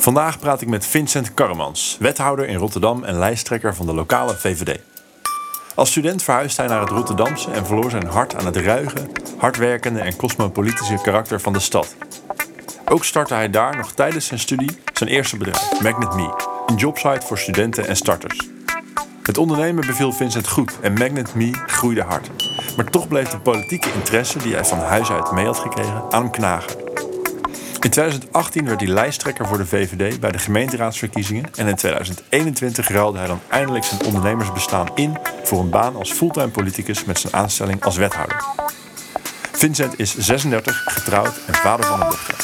Vandaag praat ik met Vincent Karremans, wethouder in Rotterdam en lijsttrekker van de lokale VVD. Als student verhuisde hij naar het Rotterdamse en verloor zijn hart aan het ruige, hardwerkende en cosmopolitische karakter van de stad. Ook startte hij daar nog tijdens zijn studie zijn eerste bedrijf, Magnet.me, een jobsite voor studenten en starters. Het ondernemen beviel Vincent goed en Magnet.me groeide hard. Maar toch bleef de politieke interesse die hij van huis uit mee had gekregen aan hem knagen. In 2018 werd hij lijsttrekker voor de VVD bij de gemeenteraadsverkiezingen en in 2021 ruilde hij dan eindelijk zijn ondernemersbestaan in voor een baan als fulltime politicus met zijn aanstelling als wethouder. Vincent is 36, getrouwd en vader van een dochter.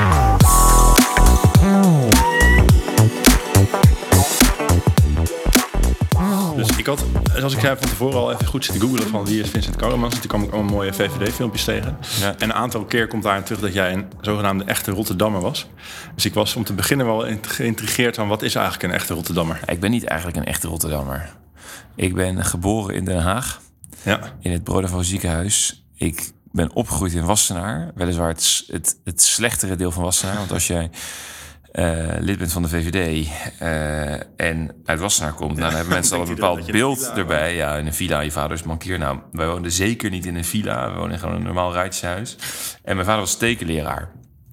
Dus ik had, zoals ik zei van tevoren al even goed zitten googlen van wie is Vincent Karremans. Toen kwam ik allemaal mooie VVD-filmpjes tegen. Ja. En een aantal keer komt daarin terug dat jij een zogenaamde echte Rotterdammer was. Dus ik was om te beginnen wel geïntrigeerd van wat is eigenlijk een echte Rotterdammer? Ik ben niet eigenlijk een echte Rotterdammer. Ik ben geboren in Den Haag, in het Broodavo ziekenhuis. Ik ben opgegroeid in Wassenaar, weliswaar het slechtere deel van Wassenaar. Want als jij lid bent van de VVD en uit Wassenaar komt, dan hebben mensen al een bepaald beeld erbij. Ja, in een villa, je vader is bankier. Nou, wij woonden zeker niet in een villa. We woonden in gewoon een normaal rijtjeshuis. En mijn vader was tekenleraar.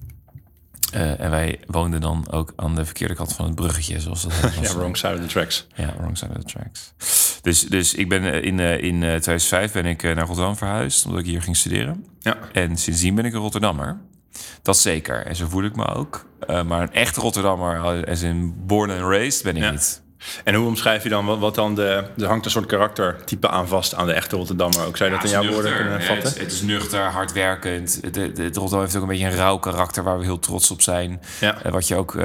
En wij woonden dan ook aan de verkeerde kant van het bruggetje, zoals dat heet. Ja, wrong side of the tracks. Ja, wrong side of the tracks. Dus ik ben in 2005 ben ik naar Rotterdam verhuisd, omdat ik hier ging studeren. Ja. En sindsdien ben ik een Rotterdammer. Dat zeker. En zo voel ik me ook. Maar een echte Rotterdammer, als in born and raised, ben ik niet. En hoe omschrijf je dan, wat dan er hangt een soort karaktertype aan vast aan de echte Rotterdammer ook? Zou je dat in jouw woorden kunnen vatten? Het is nuchter, hardwerkend. Het Rotterdam heeft ook een beetje een rauw karakter waar we heel trots op zijn. Ja. Wat je ook...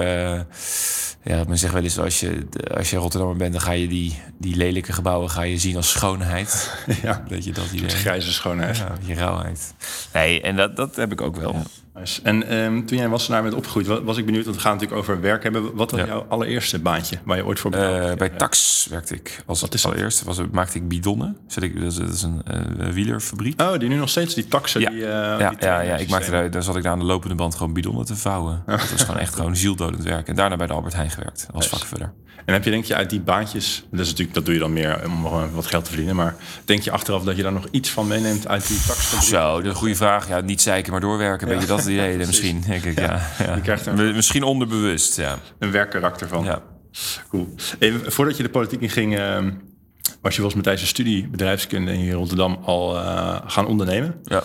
men zegt wel eens, als je Rotterdammer bent, dan ga je die lelijke gebouwen ga je zien als schoonheid. Ja, dat je dat idee. Grijze schoonheid. Ja, je rauwheid. Nee, en dat heb ik ook wel. Ja. Nice. En toen jij in Wassenaar bent opgegroeid, was ik benieuwd, want we gaan natuurlijk over werk hebben. Wat was jouw allereerste baantje waar je ooit voor betaald? Bij Tax werkte ik. Wat is allereerste maakte ik bidonnen. Dat is een wielerfabriek. Oh, die nu nog steeds, die taxen. Ja, ik maakte daar zat ik daar aan de lopende band gewoon bidonnen te vouwen. Ja. Dat was gewoon echt gewoon zieldodend werk. En daarna bij de Albert Heijn gewerkt als vakvuller. En heb je, denk je, uit die baantjes, dat doe je dan meer om wat geld te verdienen, maar denk je achteraf dat je daar nog iets van meeneemt uit die taxfabriek? Zo, dat is een goede vraag. Ja, niet zeiken, maar doorwerken. Weet je dat idee misschien? Denk ik, ja. Je krijgt misschien onderbewust, ja. Een werkkarakter van. Ja. Cool. Even, voordat je de politiek in ging, was je wel eens tijdens je studie bedrijfskunde in Rotterdam al gaan ondernemen. Ja.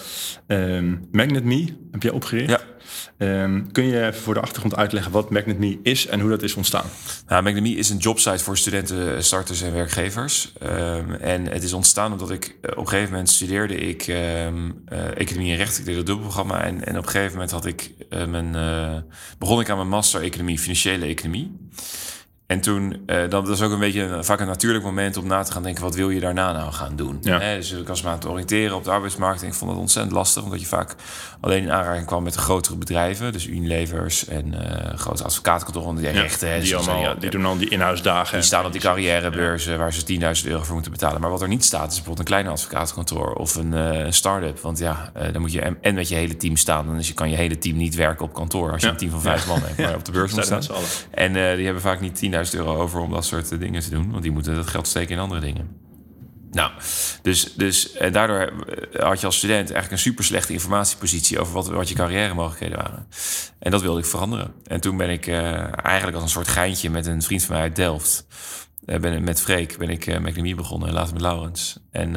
Magnet.me heb jij opgericht. Ja. Kun je even voor de achtergrond uitleggen wat Magnet.me is en hoe dat is ontstaan? Nou, Magnet.me is een jobsite voor studenten, starters en werkgevers. En het is ontstaan omdat ik op een gegeven moment studeerde ik economie en recht. Ik deed dat dubbelprogramma en op een gegeven moment begon ik aan mijn master economie, financiële economie. En toen, dat was ook een beetje vaak een natuurlijk moment om na te gaan denken, wat wil je daarna nou gaan doen? Ja. Dus ik was me aan het oriënteren op de arbeidsmarkt en ik vond het ontzettend lastig, omdat je vaak alleen in aanraking kwam met de grotere bedrijven, dus Unilevers en grote advocatenkantoren, die rechten. Die doen al die in-house dagen. Die staan op die carrièrebeurzen waar ze €10.000 voor moeten betalen. Maar wat er niet staat, is bijvoorbeeld een kleine advocatenkantoor of een start-up. Want dan moet je en met je hele team staan. Dan kan je hele team niet werken op kantoor als je een team van 5 man hebt, maar op de beurs moet staan. En die hebben vaak niet €10.000 over om dat soort dingen te doen. Want die moeten dat geld steken in andere dingen. Nou, dus en daardoor had je als student eigenlijk een super slechte informatiepositie over wat je carrière mogelijkheden waren. En dat wilde ik veranderen. En toen ben ik eigenlijk als een soort geintje met een vriend van mij uit Delft, met Freek, ben ik Magnet.me begonnen en later met Laurens. En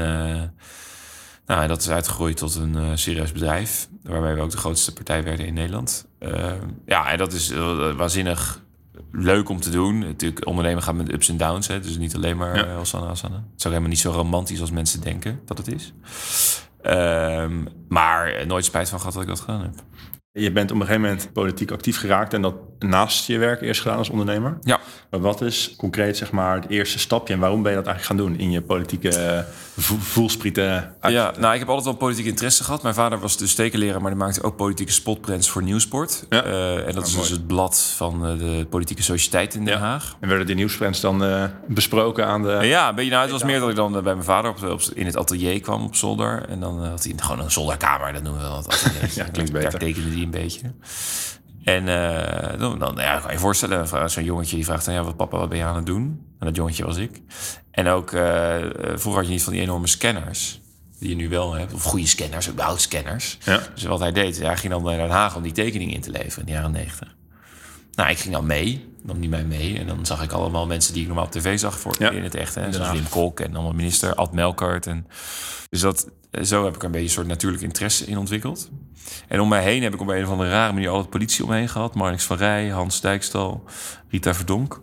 dat is uitgegroeid tot een serieus bedrijf, waarbij we ook de grootste partij werden in Nederland. En dat is waanzinnig leuk om te doen. Natuurlijk, ondernemen gaat met ups en downs. Hè? Dus niet alleen maar Hosanna. Het is ook helemaal niet zo romantisch als mensen denken dat het is. Maar nooit spijt van gehad dat ik dat gedaan heb. Je bent op een gegeven moment politiek actief geraakt en dat naast je werk eerst gedaan als ondernemer. Ja. Maar wat is concreet zeg maar het eerste stapje en waarom ben je dat eigenlijk gaan doen in je politieke voelsprieten? Ja, nou ik heb altijd wel politieke interesse gehad. Mijn vader was dus tekenleraar, maar die maakte ook politieke spotprints voor Nieuwsport. Ja. En dat is dus het blad van de politieke sociëteit in Den Haag. En werden die nieuwsprints dan besproken aan de... Ja, het was meer dat ik dan bij mijn vader in het atelier kwam op zolder. En dan had hij gewoon een zolderkamer, dat noemen we wel het atelier. Ja, klinkt beter. Daar tekende hij een beetje. En dan kan je voorstellen, zo'n jongetje die vraagt dan... ja, papa, wat ben je aan het doen? En dat jongetje was ik. En ook, vroeger had je niet van die enorme scanners... die je nu wel hebt. Of goede scanners, überhaupt scanners. Ja. Dus wat hij deed, hij ging dan naar Den Haag... om die tekeningen in te leveren in de jaren 90. Nou, ik ging dan mee. Nam die mij mee. En dan zag ik allemaal mensen die ik normaal op tv zag... in het echt. Zoals Wim Kok en allemaal minister Ad Melkert. Dus zo heb ik er een beetje een soort natuurlijk interesse in ontwikkeld. En om mij heen heb ik op een of andere rare manier... altijd politie omheen gehad. Marnix van Rij, Hans Dijkstal, Rita Verdonk.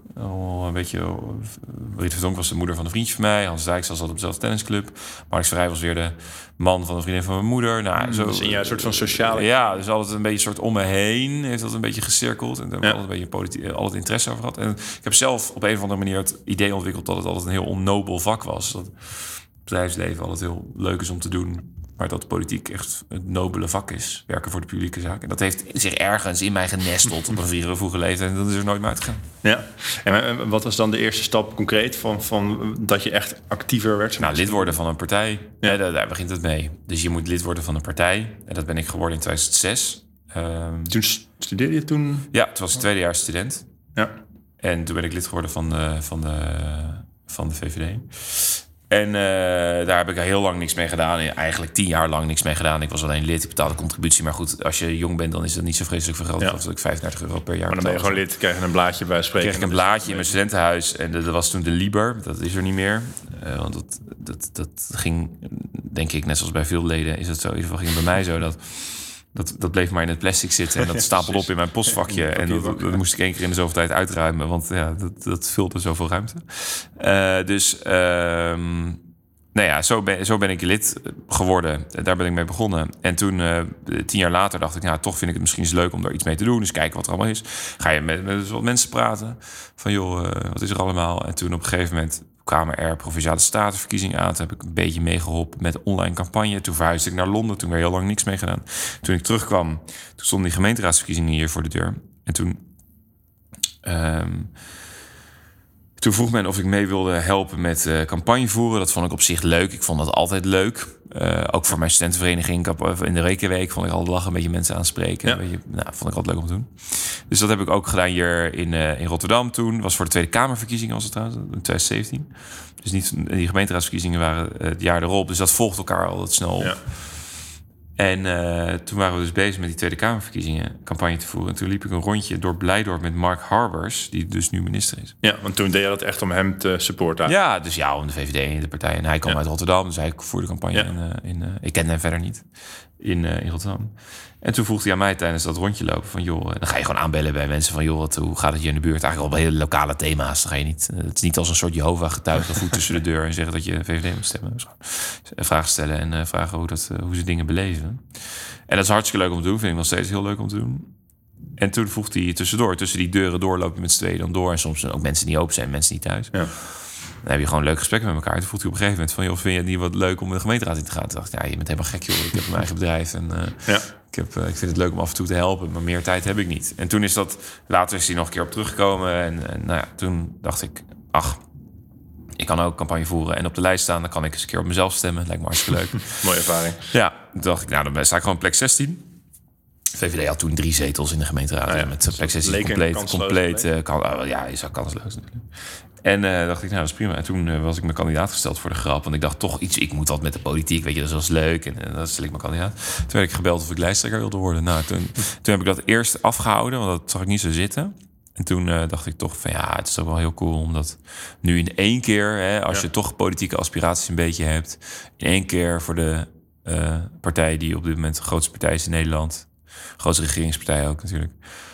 Rita Verdonk was de moeder van een vriendje van mij. Hans Dijkstal zat op dezelfde tennisclub. Marnix van Rij was weer de man van een vriendin van mijn moeder. Nou, zo, dus in jouw soort van sociale... Ja, dus altijd een beetje soort om me heen. Heeft dat een beetje gecirkeld. En daar heb ik altijd een beetje altijd interesse over gehad. En ik heb zelf op een of andere manier het idee ontwikkeld... dat het altijd een heel onnobel vak was. Dat het bedrijfsleven altijd heel leuk is om te doen... maar dat politiek echt een nobele vak is. Werken voor de publieke zaak. En dat heeft zich ergens in mij genesteld op een vroege leeftijd. En dat is er nooit meer uitgegaan. Ja. En wat was dan de eerste stap concreet van dat je echt actiever werd? Nou, lid worden van een partij. Ja. Daar begint het mee. Dus je moet lid worden van een partij. En dat ben ik geworden in 2006. Toen studeerde je toen? Ja, toen was ik tweedejaars student. Ja. En toen ben ik lid geworden van de VVD. En daar heb ik heel lang niks mee gedaan. Eigenlijk 10 jaar lang niks mee gedaan. Ik was alleen lid, ik betaalde contributie. Maar goed, als je jong bent, dan is dat niet zo vreselijk veel geld. Dat ik €35 per jaar. Maar dan ben je gewoon lid, krijg je een blaadje bij spreken. Kreeg ik een blaadje in mijn studentenhuis. En dat was toen de Liber. Dat is er niet meer. Want dat ging, denk ik, net zoals bij veel leden... is het zo, in ieder geval ging het bij mij zo... Dat bleef maar in het plastic zitten en dat stapelde op in mijn postvakje. En dat moest ik 1 keer in de zoveel tijd uitruimen, want ja, dat vulde zoveel ruimte. Zo ben ik lid geworden. Daar ben ik mee begonnen. En toen, 10 jaar later, dacht ik, toch vind ik het misschien eens leuk om daar iets mee te doen. Dus kijken wat er allemaal is. Ga je met wat mensen praten van, joh, wat is er allemaal? En toen op een gegeven moment kwamen er Provinciale Statenverkiezingen aan. Toen heb ik een beetje meegeholpen met online campagne. Toen verhuisde ik naar Londen. Toen weer heel lang niks mee gedaan. Toen ik terugkwam, toen stonden die gemeenteraadsverkiezingen hier voor de deur. En toen vroeg men of ik mee wilde helpen met campagne voeren. Dat vond ik op zich leuk. Ik vond dat altijd leuk. Ook voor mijn studentenvereniging. In de Rekenweek vond ik altijd lachen. Een beetje mensen aanspreken. Ja. Vond ik altijd leuk om te doen. Dus dat heb ik ook gedaan hier in Rotterdam toen. Was voor de Tweede Kamerverkiezingen was het trouwens. In 2017. Dus niet, die gemeenteraadsverkiezingen waren het jaar erop. Dus dat volgt elkaar altijd snel op. Ja. En toen waren we dus bezig met die Tweede Kamerverkiezingen campagne te voeren. En toen liep ik een rondje door Blijdorp met Mark Harbers, die dus nu minister is. Ja, want toen deed je dat echt om hem te supporten. Ja, dus om de VVD en de partij. En hij kwam uit Rotterdam, dus hij voerde campagne. Ja. Ik kende hem verder niet in Rotterdam. En toen vroeg hij aan mij tijdens dat rondje lopen van, joh, dan ga je gewoon aanbellen bij mensen van, joh, hoe gaat het je in de buurt? Eigenlijk al bij hele lokale thema's. Dan ga je niet, het is niet als een soort Jehovah-getuige voet tussen de deur en zeggen dat je VVD moet stemmen. Dus vragen stellen en vragen hoe ze dingen beleven. En dat is hartstikke leuk om te doen. Vind ik nog steeds heel leuk om te doen. En toen vroeg hij tussendoor, tussen die deuren door, loop je met z'n tweeën dan door. En soms zijn ook mensen die open zijn, mensen niet thuis. Ja. Dan heb je gewoon leuke gesprekken met elkaar. Toen vroeg hij op een gegeven moment van, joh, vind je het niet wat leuk om de gemeenteraad in te gaan? Toen dacht ik, je bent helemaal gek, joh. Ik heb mijn eigen bedrijf en ik vind het leuk om af en toe te helpen, maar meer tijd heb ik niet. En toen later is hij nog een keer op teruggekomen. En toen dacht ik, ik kan ook campagne voeren en op de lijst staan. Dan kan ik eens een keer op mezelf stemmen. Lijkt me hartstikke leuk. Mooie ervaring. Ja, toen dacht ik, dan sta ik gewoon plek 16. VVD had toen 3 zetels in de gemeenteraad. Met plek 16 compleet. Je zou kansloos natuurlijk. En dacht ik, dat is prima. En toen was ik mijn kandidaat gesteld voor de grap. Want ik dacht toch iets, ik moet wat met de politiek. Weet je, dat was leuk. En dat stel ik mijn kandidaat. Toen werd ik gebeld of ik lijsttrekker wilde worden. Nou, toen heb ik dat eerst afgehouden, want dat zag ik niet zo zitten. En toen dacht ik toch van, het is toch wel heel cool. Omdat nu in 1 keer, als je toch politieke aspiraties een beetje hebt. In 1 keer voor de partij die op dit moment de grootste partij is in Nederland. Grootste regeringspartij ook natuurlijk.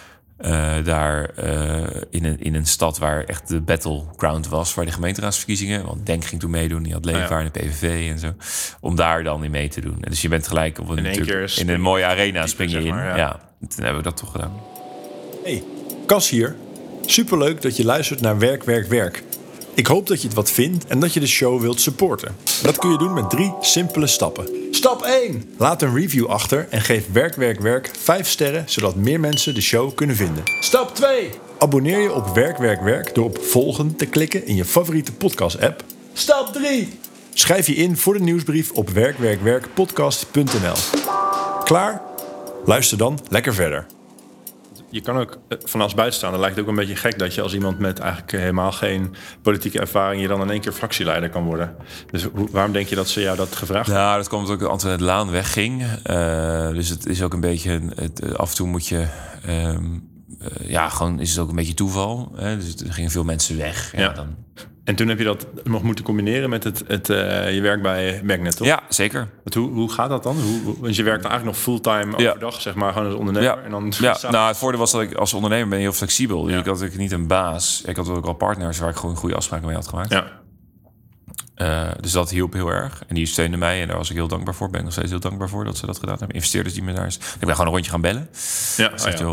In een stad waar echt de battleground was, waar de gemeenteraadsverkiezingen, want Denk ging toen meedoen, die had Leefbaar en de PVV en zo, om daar dan in mee te doen. En dus je bent gelijk op in een mooie arena spring je in. Ja, toen hebben we dat toch gedaan. Hey, Cas hier. Superleuk dat je luistert naar Werk, Werk, Werk. Ik hoop dat je het wat vindt en dat je de show wilt supporten. Dat kun je doen met 3 simpele stappen. Stap 1. Laat een review achter en geef Werk, Werk, Werk 5 sterren, zodat meer mensen de show kunnen vinden. Stap 2. Abonneer je op Werk, Werk, Werk door op volgen te klikken in je favoriete podcast-app. Stap 3. Schrijf je in voor de nieuwsbrief op werkwerkwerkpodcast.nl. Klaar? Luister dan lekker verder. je kan ook van als buitenstaander lijkt het ook een beetje gek dat je als iemand met eigenlijk helemaal geen politieke ervaring je dan in één keer fractieleider kan worden. Dus waarom denk je dat ze jou dat gevraagd hebben? Nou, dat kwam omdat Antoinette Laan wegging. Dus het is ook een beetje... af en toe moet je... gewoon is het ook een beetje toeval. Hè? Dus er gingen veel mensen weg. Ja. Dan... En toen heb je dat nog moeten combineren met je werk bij Magnet, toch? Ja, zeker. Hoe gaat dat dan? Want je werkt dan eigenlijk nog fulltime overdag, zeg maar, gewoon als ondernemer. Ja, en dan het voordeel was dat ik als ondernemer ben heel flexibel. Dus ik had ook niet een baas. Ik had ook al partners waar ik gewoon goede afspraken mee had gemaakt. Ja. Dus dat hielp heel erg. En die steunde mij en daar was ik heel dankbaar voor. Ben ik nog steeds heel dankbaar voor dat ze dat gedaan hebben. Investeerders die me daar is. Ik ben gewoon een rondje gaan bellen. Ja,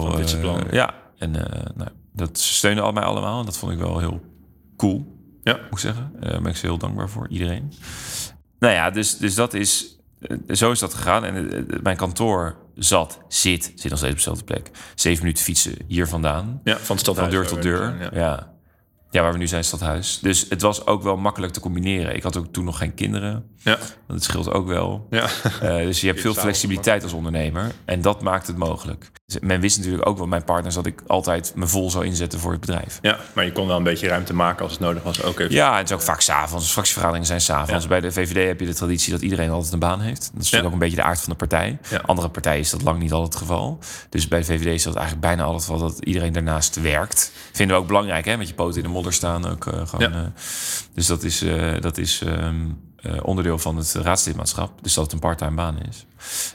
dat steunen mij allemaal. En dat vond ik wel heel cool. Ja. Moet ik zeggen. Daar ben ik ze heel dankbaar voor, iedereen. Nou ja, dus dat is... zo is dat gegaan. En mijn kantoor zit nog steeds op dezelfde plek. 7 minuten fietsen hier vandaan. Ja, van deur tot deur. Ja, waar we nu zijn, stadhuis. Dus het was ook wel makkelijk te combineren. Ik had ook toen nog geen kinderen. Ja. Dat scheelt ook wel. Ja. Dus je hebt veel flexibiliteit als ondernemer. En dat maakt het mogelijk. Men wist natuurlijk ook wel, mijn partners, dat ik altijd me vol zou inzetten voor het bedrijf. Ja, maar je kon wel een beetje ruimte maken als het nodig was. Ook even. Ja, en het is ook vaak 's avonds. Fractievergaderingen zijn 's avonds. Ja. Bij de VVD heb je de traditie dat iedereen altijd een baan heeft. Dat is natuurlijk ook een beetje de aard van de partij. Ja. Andere partijen is dat lang niet altijd het geval. Dus bij de VVD is dat eigenlijk bijna altijd wel dat iedereen daarnaast werkt. Vinden we ook belangrijk, hè? Met je poten in de modder staan ook gewoon. Ja. Dus dat is onderdeel van het raadslidmaatschap. Dus dat het een parttime baan is.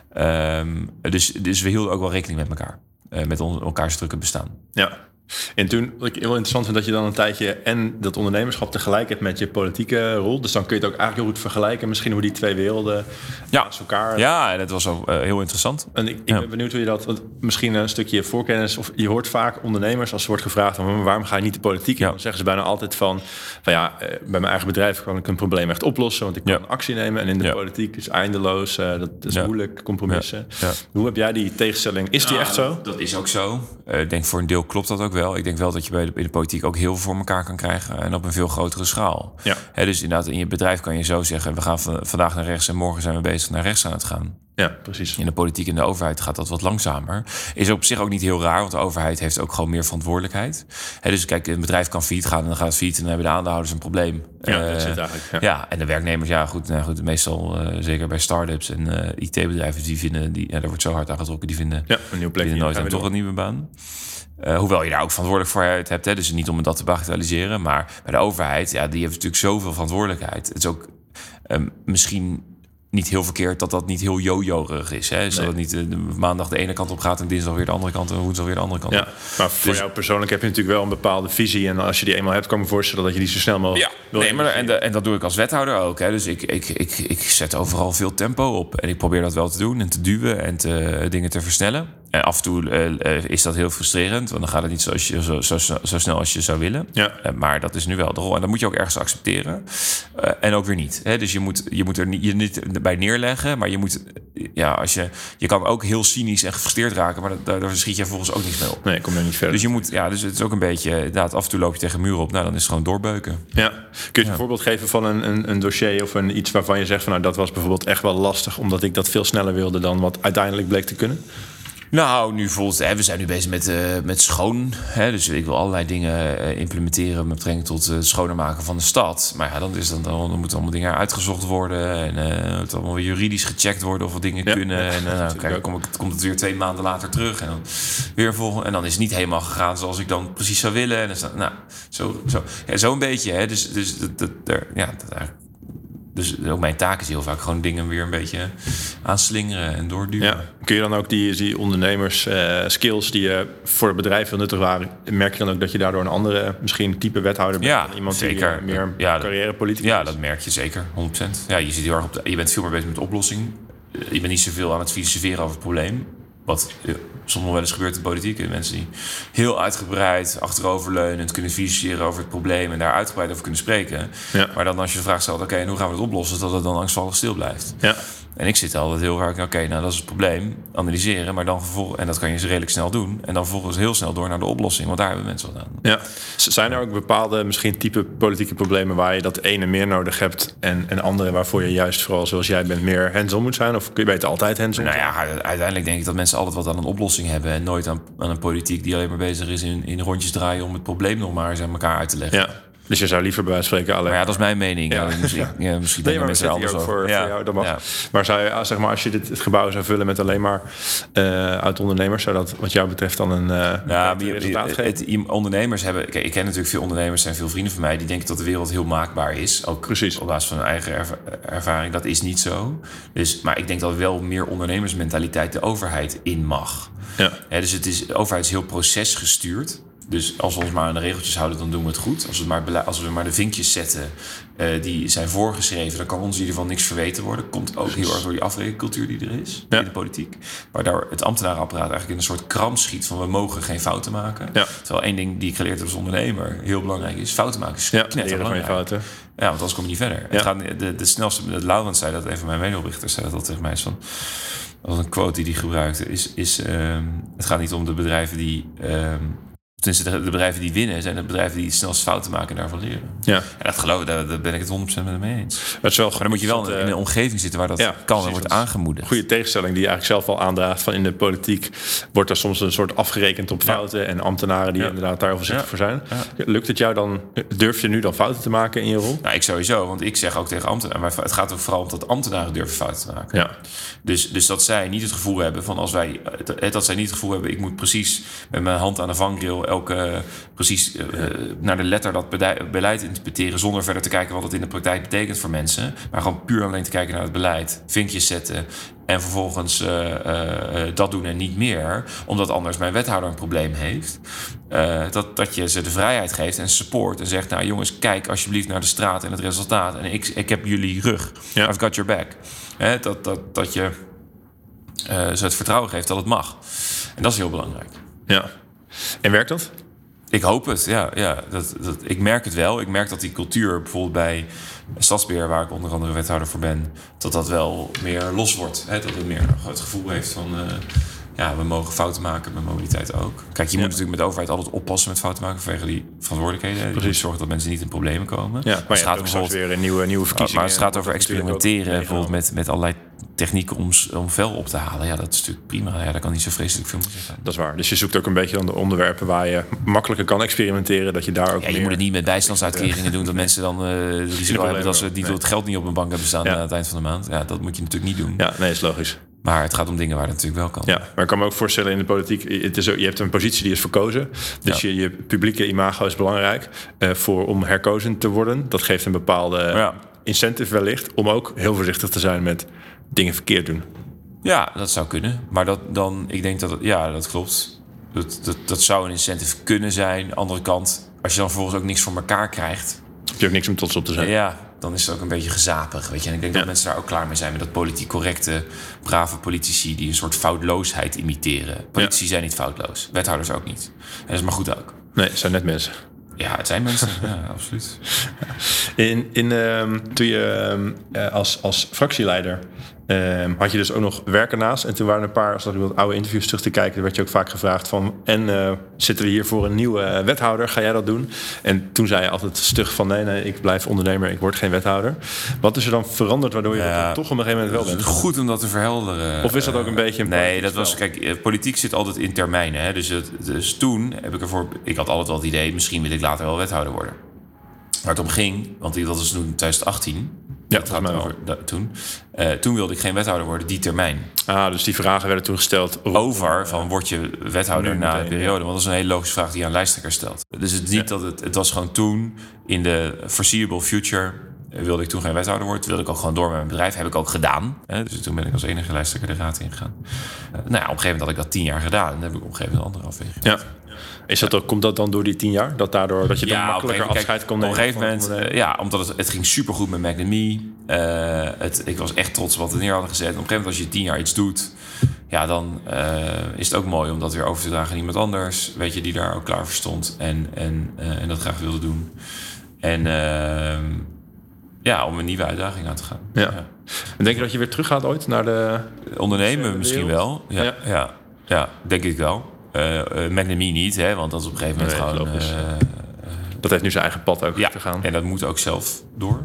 Dus we hielden ook wel rekening met elkaar. Met elkaars drukke bestaan. Ja. En toen, wat ik heel interessant vind, dat je dan een tijdje en dat ondernemerschap tegelijk hebt met je politieke rol. Dus dan kun je het ook eigenlijk heel goed vergelijken. Misschien hoe die twee werelden naast elkaar... Ja, en dat was ook heel interessant. En ik ben benieuwd hoe je dat... Want misschien een stukje voorkennis. Of je hoort vaak ondernemers als er wordt gevraagd van waarom ga je niet de politiek in? Dan zeggen ze bijna altijd van bij mijn eigen bedrijf kan ik een probleem echt oplossen. Want ik kan actie nemen. En in de politiek is eindeloos. Dat is moeilijk, compromissen. Ja. Hoe heb jij die tegenstelling? Is die echt zo? Dat is ook zo. Ik denk voor een deel klopt dat ook wel. Ik denk wel dat je in de politiek ook heel veel voor elkaar kan krijgen. En op een veel grotere schaal. Ja. Dus inderdaad, in je bedrijf kan je zo zeggen, we gaan vandaag naar rechts en morgen zijn we bezig naar rechts aan het gaan. Ja, precies. In de politiek en de overheid gaat dat wat langzamer. Is op zich ook niet heel raar, want de overheid heeft ook gewoon meer verantwoordelijkheid. Dus kijk, een bedrijf kan failliet gaan en dan gaat het failliet en dan hebben de aandeelhouders een probleem. Ja, dat zit eigenlijk. Ja, en de werknemers, meestal zeker bij start-ups en IT-bedrijven, daar wordt zo hard aan getrokken, die vinden een nieuwe plek nooit en toch een nieuwe baan. Hoewel je daar ook verantwoordelijk voor hebt. Dus niet om dat te bagatelliseren. Maar bij de overheid, die heeft natuurlijk zoveel verantwoordelijkheid. Het is ook misschien niet heel verkeerd dat niet heel jojorig is. Hè? Zodat het niet maandag de ene kant op gaat en dinsdag weer de andere kant en woensdag weer de andere kant op. Maar voor jou persoonlijk heb je natuurlijk wel een bepaalde visie. En als je die eenmaal hebt, kan ik me voorstellen dat je die zo snel mogelijk wil. En dat doe ik als wethouder ook. Hè? Dus ik zet overal veel tempo op. En ik probeer dat wel te doen en te duwen en dingen te versnellen. En af en toe is dat heel frustrerend, want dan gaat het niet zo snel als je zou willen. Ja. Maar dat is nu wel de rol. En dat moet je ook ergens accepteren. En ook weer niet. Hè? Dus je moet er niet bij neerleggen. Maar je moet, je kan ook heel cynisch en gefrustreerd raken. Maar daar schiet je volgens ook niet mee op. Nee, ik kom er niet verder. Dus je moet, dus het is ook een beetje, inderdaad, af en toe loop je tegen een muur op. Nou, dan is het gewoon doorbeuken. Ja. Kun je een voorbeeld geven van een dossier of iets waarvan je zegt van dat was bijvoorbeeld echt wel lastig, omdat ik dat veel sneller wilde dan wat uiteindelijk bleek te kunnen? Nou, nu bijvoorbeeld, we zijn nu bezig met schoon. Dus ik wil allerlei dingen implementeren met betrekking tot het schoner maken van de stad. Maar dan moeten allemaal dingen uitgezocht worden. En het moet allemaal weer juridisch gecheckt worden of wat dingen kunnen. En dan komt het weer 2 maanden later terug. En dan weer volgen. En dan is het niet helemaal gegaan zoals ik dan precies zou willen. En dan zo een beetje. Dus dat eigenlijk. Dus ook mijn taak is heel vaak gewoon dingen weer een beetje aanslingeren en doorduwen. Ja. Kun je dan ook die ondernemers skills die voor het bedrijf heel nuttig waren, merk je dan ook dat je daardoor een andere misschien type wethouder bent dan iemand zeker. Die meer carrièrepoliticus is? Ja, dat merk je zeker, 100%. Ja, je zit heel erg je bent veel meer bezig met de oplossing. Je bent niet zoveel aan het filosoferen over het probleem. Wat soms nog wel eens gebeurt in de politiek. Mensen die heel uitgebreid, achteroverleunend kunnen filosoferen over het probleem en daar uitgebreid over kunnen spreken. Ja. Maar dan als je de vraag stelt, en hoe gaan we het oplossen, dat het dan angstvallig stil blijft. Ja. En ik zit altijd heel vaak, oké, nou dat is het probleem. Analyseren, maar dan vervolgens... En dat kan je redelijk snel doen. En dan vervolgens heel snel door naar de oplossing. Want daar hebben mensen wat aan. Ja. Zijn er ook bepaalde, misschien type politieke problemen... waar je dat ene meer nodig hebt... en andere waarvoor je juist vooral zoals jij bent... meer hands-on moet zijn? Of kun je beter altijd hands-on? Nou ja, uiteindelijk denk ik dat mensen altijd wat aan een oplossing hebben... en nooit aan een politiek die alleen maar bezig is... in rondjes draaien om het probleem nog maar eens aan elkaar uit te leggen. Ja. Dus je zou liever bij wijze van spreken alleen... Maar ja, dat is mijn mening. Ja. Misschien denken mensen er anders over. Voor jou, dat mag. Ja. Maar zou je, zeg maar, als je het gebouw zou vullen met alleen maar uit ondernemers... zou dat wat jou betreft dan een resultaat geven? Ondernemers hebben... Kijk, ik ken natuurlijk veel ondernemers en veel vrienden van mij... die denken dat de wereld heel maakbaar is. Ook precies. Op basis van hun eigen ervaring. Dat is niet zo. Dus, maar ik denk dat wel meer ondernemersmentaliteit de overheid in mag. Ja. Dus de overheid is heel procesgestuurd. Dus als we ons maar aan de regeltjes houden, dan doen we het goed. Als we maar de vinkjes zetten die zijn voorgeschreven... dan kan ons in ieder geval niks verweten worden. Komt ook heel erg door die afrekencultuur die er is in de politiek. Waardoor het ambtenarenapparaat eigenlijk in een soort kramp schiet... van we mogen geen fouten maken. Ja. Terwijl één ding die ik geleerd heb als ondernemer heel belangrijk is... fouten maken is knetterbelangrijk. Fouten. Ja, want anders kom je niet verder. Ja. Het gaat, de snelste, Laurens zei dat, een van mijn medeoprichters zei dat tegen mij... is van, dat was een quote die hij gebruikte. Het gaat niet om de bedrijven die... Tenminste, de bedrijven die winnen zijn de bedrijven die het snelst fouten maken en daarvan leren. Ja. En daar ben ik het 100% met hem mee eens. Dat is wel maar dan moet je wel in een omgeving zitten waar dat kan en wordt aangemoedigd. Goede tegenstelling die je eigenlijk zelf al aandraagt van in de politiek wordt er soms een soort afgerekend op fouten en ambtenaren die inderdaad daar overzichtig voor zijn. Ja. Lukt het jou dan, durf je nu dan fouten te maken in je rol? Nou, ik sowieso, want ik zeg ook tegen ambtenaren, maar het gaat ook vooral om dat ambtenaren durven fouten te maken. Ja. Dus dat zij niet het gevoel hebben van dat zij niet het gevoel hebben, ik moet precies met mijn hand aan de vangrail naar de letter dat beleid interpreteren... zonder verder te kijken wat het in de praktijk betekent voor mensen. Maar gewoon puur alleen te kijken naar het beleid. Vinkjes zetten en vervolgens dat doen en niet meer. Omdat anders mijn wethouder een probleem heeft. Dat je ze de vrijheid geeft en support. En zegt, nou jongens, kijk alsjeblieft naar de straat en het resultaat. En ik heb jullie rug. Ja. I've got your back. Dat je ze het vertrouwen geeft dat het mag. En dat is heel belangrijk. Ja. En werkt dat? Ik hoop het, ja. Ik merk het wel. Ik merk dat die cultuur bijvoorbeeld bij Stadsbeheer... waar ik onder andere wethouder voor ben... dat wel meer los wordt. Hè? Dat het meer het gevoel heeft van... we mogen fouten maken, met mobiliteit ook. Kijk, je moet natuurlijk met de overheid altijd oppassen met fouten maken... vanwege die verantwoordelijkheden. Je moet zorgen dat mensen niet in problemen komen. Ja, maar het gaat bijvoorbeeld weer een nieuwe verkiezingen. Maar het gaat over experimenteren bijvoorbeeld met allerlei technieken om vel op te halen. Ja, dat is natuurlijk prima. Ja, daar kan niet zo vreselijk veel moeten zijn. Dat is waar. Dus je zoekt ook een beetje dan de onderwerpen waar je makkelijker kan experimenteren. Dat je daar ook je moet het niet met bijstandsuitkeringen doen. Dat mensen dan het risico hebben dat ze het geld niet op een bank hebben staan aan het eind van de maand. Ja, dat moet je natuurlijk niet doen. Ja, nee, is logisch. Maar het gaat om dingen waar het natuurlijk wel kan. Ja, maar ik kan me ook voorstellen in de politiek... je hebt een positie die is verkozen. Dus je publieke imago is belangrijk om herkozen te worden. Dat geeft een bepaalde incentive wellicht... om ook heel voorzichtig te zijn met dingen verkeerd doen. Ja, dat zou kunnen. Maar ik denk dat dat klopt. Dat zou een incentive kunnen zijn. Andere kant, als je dan vervolgens ook niks voor elkaar krijgt... heb je ook niks om trots op te zijn. Ja, dan is het ook een beetje gezapig. Weet je? En ik denk dat mensen daar ook klaar mee zijn... met dat politiek correcte, brave politici... die een soort foutloosheid imiteren. Politici zijn niet foutloos. Wethouders ook niet. En dat is maar goed ook. Nee, het zijn net mensen. Ja, het zijn mensen. Ja, absoluut. Toen je als fractieleider... had je dus ook nog werken naast. En toen waren er een paar, als ik wat oude interviews terug te kijken... werd je ook vaak gevraagd van... zitten we hier voor een nieuwe wethouder? Ga jij dat doen? En toen zei je altijd stug van... nee, ik blijf ondernemer, ik word geen wethouder. Wat is er dan veranderd waardoor je dat toch op een gegeven moment wel bent? Goed om dat te verhelderen. Of is dat ook een beetje... Nee, dat was... Kijk, politiek zit altijd in termijnen. Hè? Dus toen heb ik ik had altijd wel het idee... misschien wil ik later wel wethouder worden. Waar het om ging, want dat was toen 2018... Ja, dat gaat over toen. Toen wilde ik geen wethouder worden, die termijn. Dus die vragen werden toen gesteld over van word je wethouder na de periode? Want dat is een hele logische vraag die je aan lijsttrekker stelt. Dus het is niet dat het was gewoon toen in de foreseeable future wilde ik toen geen wethouder worden. Wilde ik ook gewoon door met mijn bedrijf. Heb ik ook gedaan. Dus toen ben ik als enige lijsttrekker de raad ingegaan. Op een gegeven moment had ik dat 10 jaar gedaan. En dan heb ik op een gegeven moment een andere afweging. Ja. Komt dat dan door die 10 jaar? Dat je dan makkelijker afscheid kon nemen? Op een gegeven moment, omdat het ging supergoed met McNamee. Ik was echt trots op wat we neer hadden gezet. En op een gegeven moment als je 10 jaar iets doet... dan is het ook mooi om dat weer over te dragen aan iemand anders. Weet je, die daar ook klaar voor stond. En dat graag wilde doen. En om een nieuwe uitdaging aan te gaan. Ja. En denk je dat je weer terug gaat ooit naar de... Ondernemen misschien wereld? wel. Ja, denk ik wel. Magnemie niet, hè, want dat is op een gegeven moment gewoon... logisch. Dat heeft nu zijn eigen pad ook te gaan. En dat moet ook zelf door.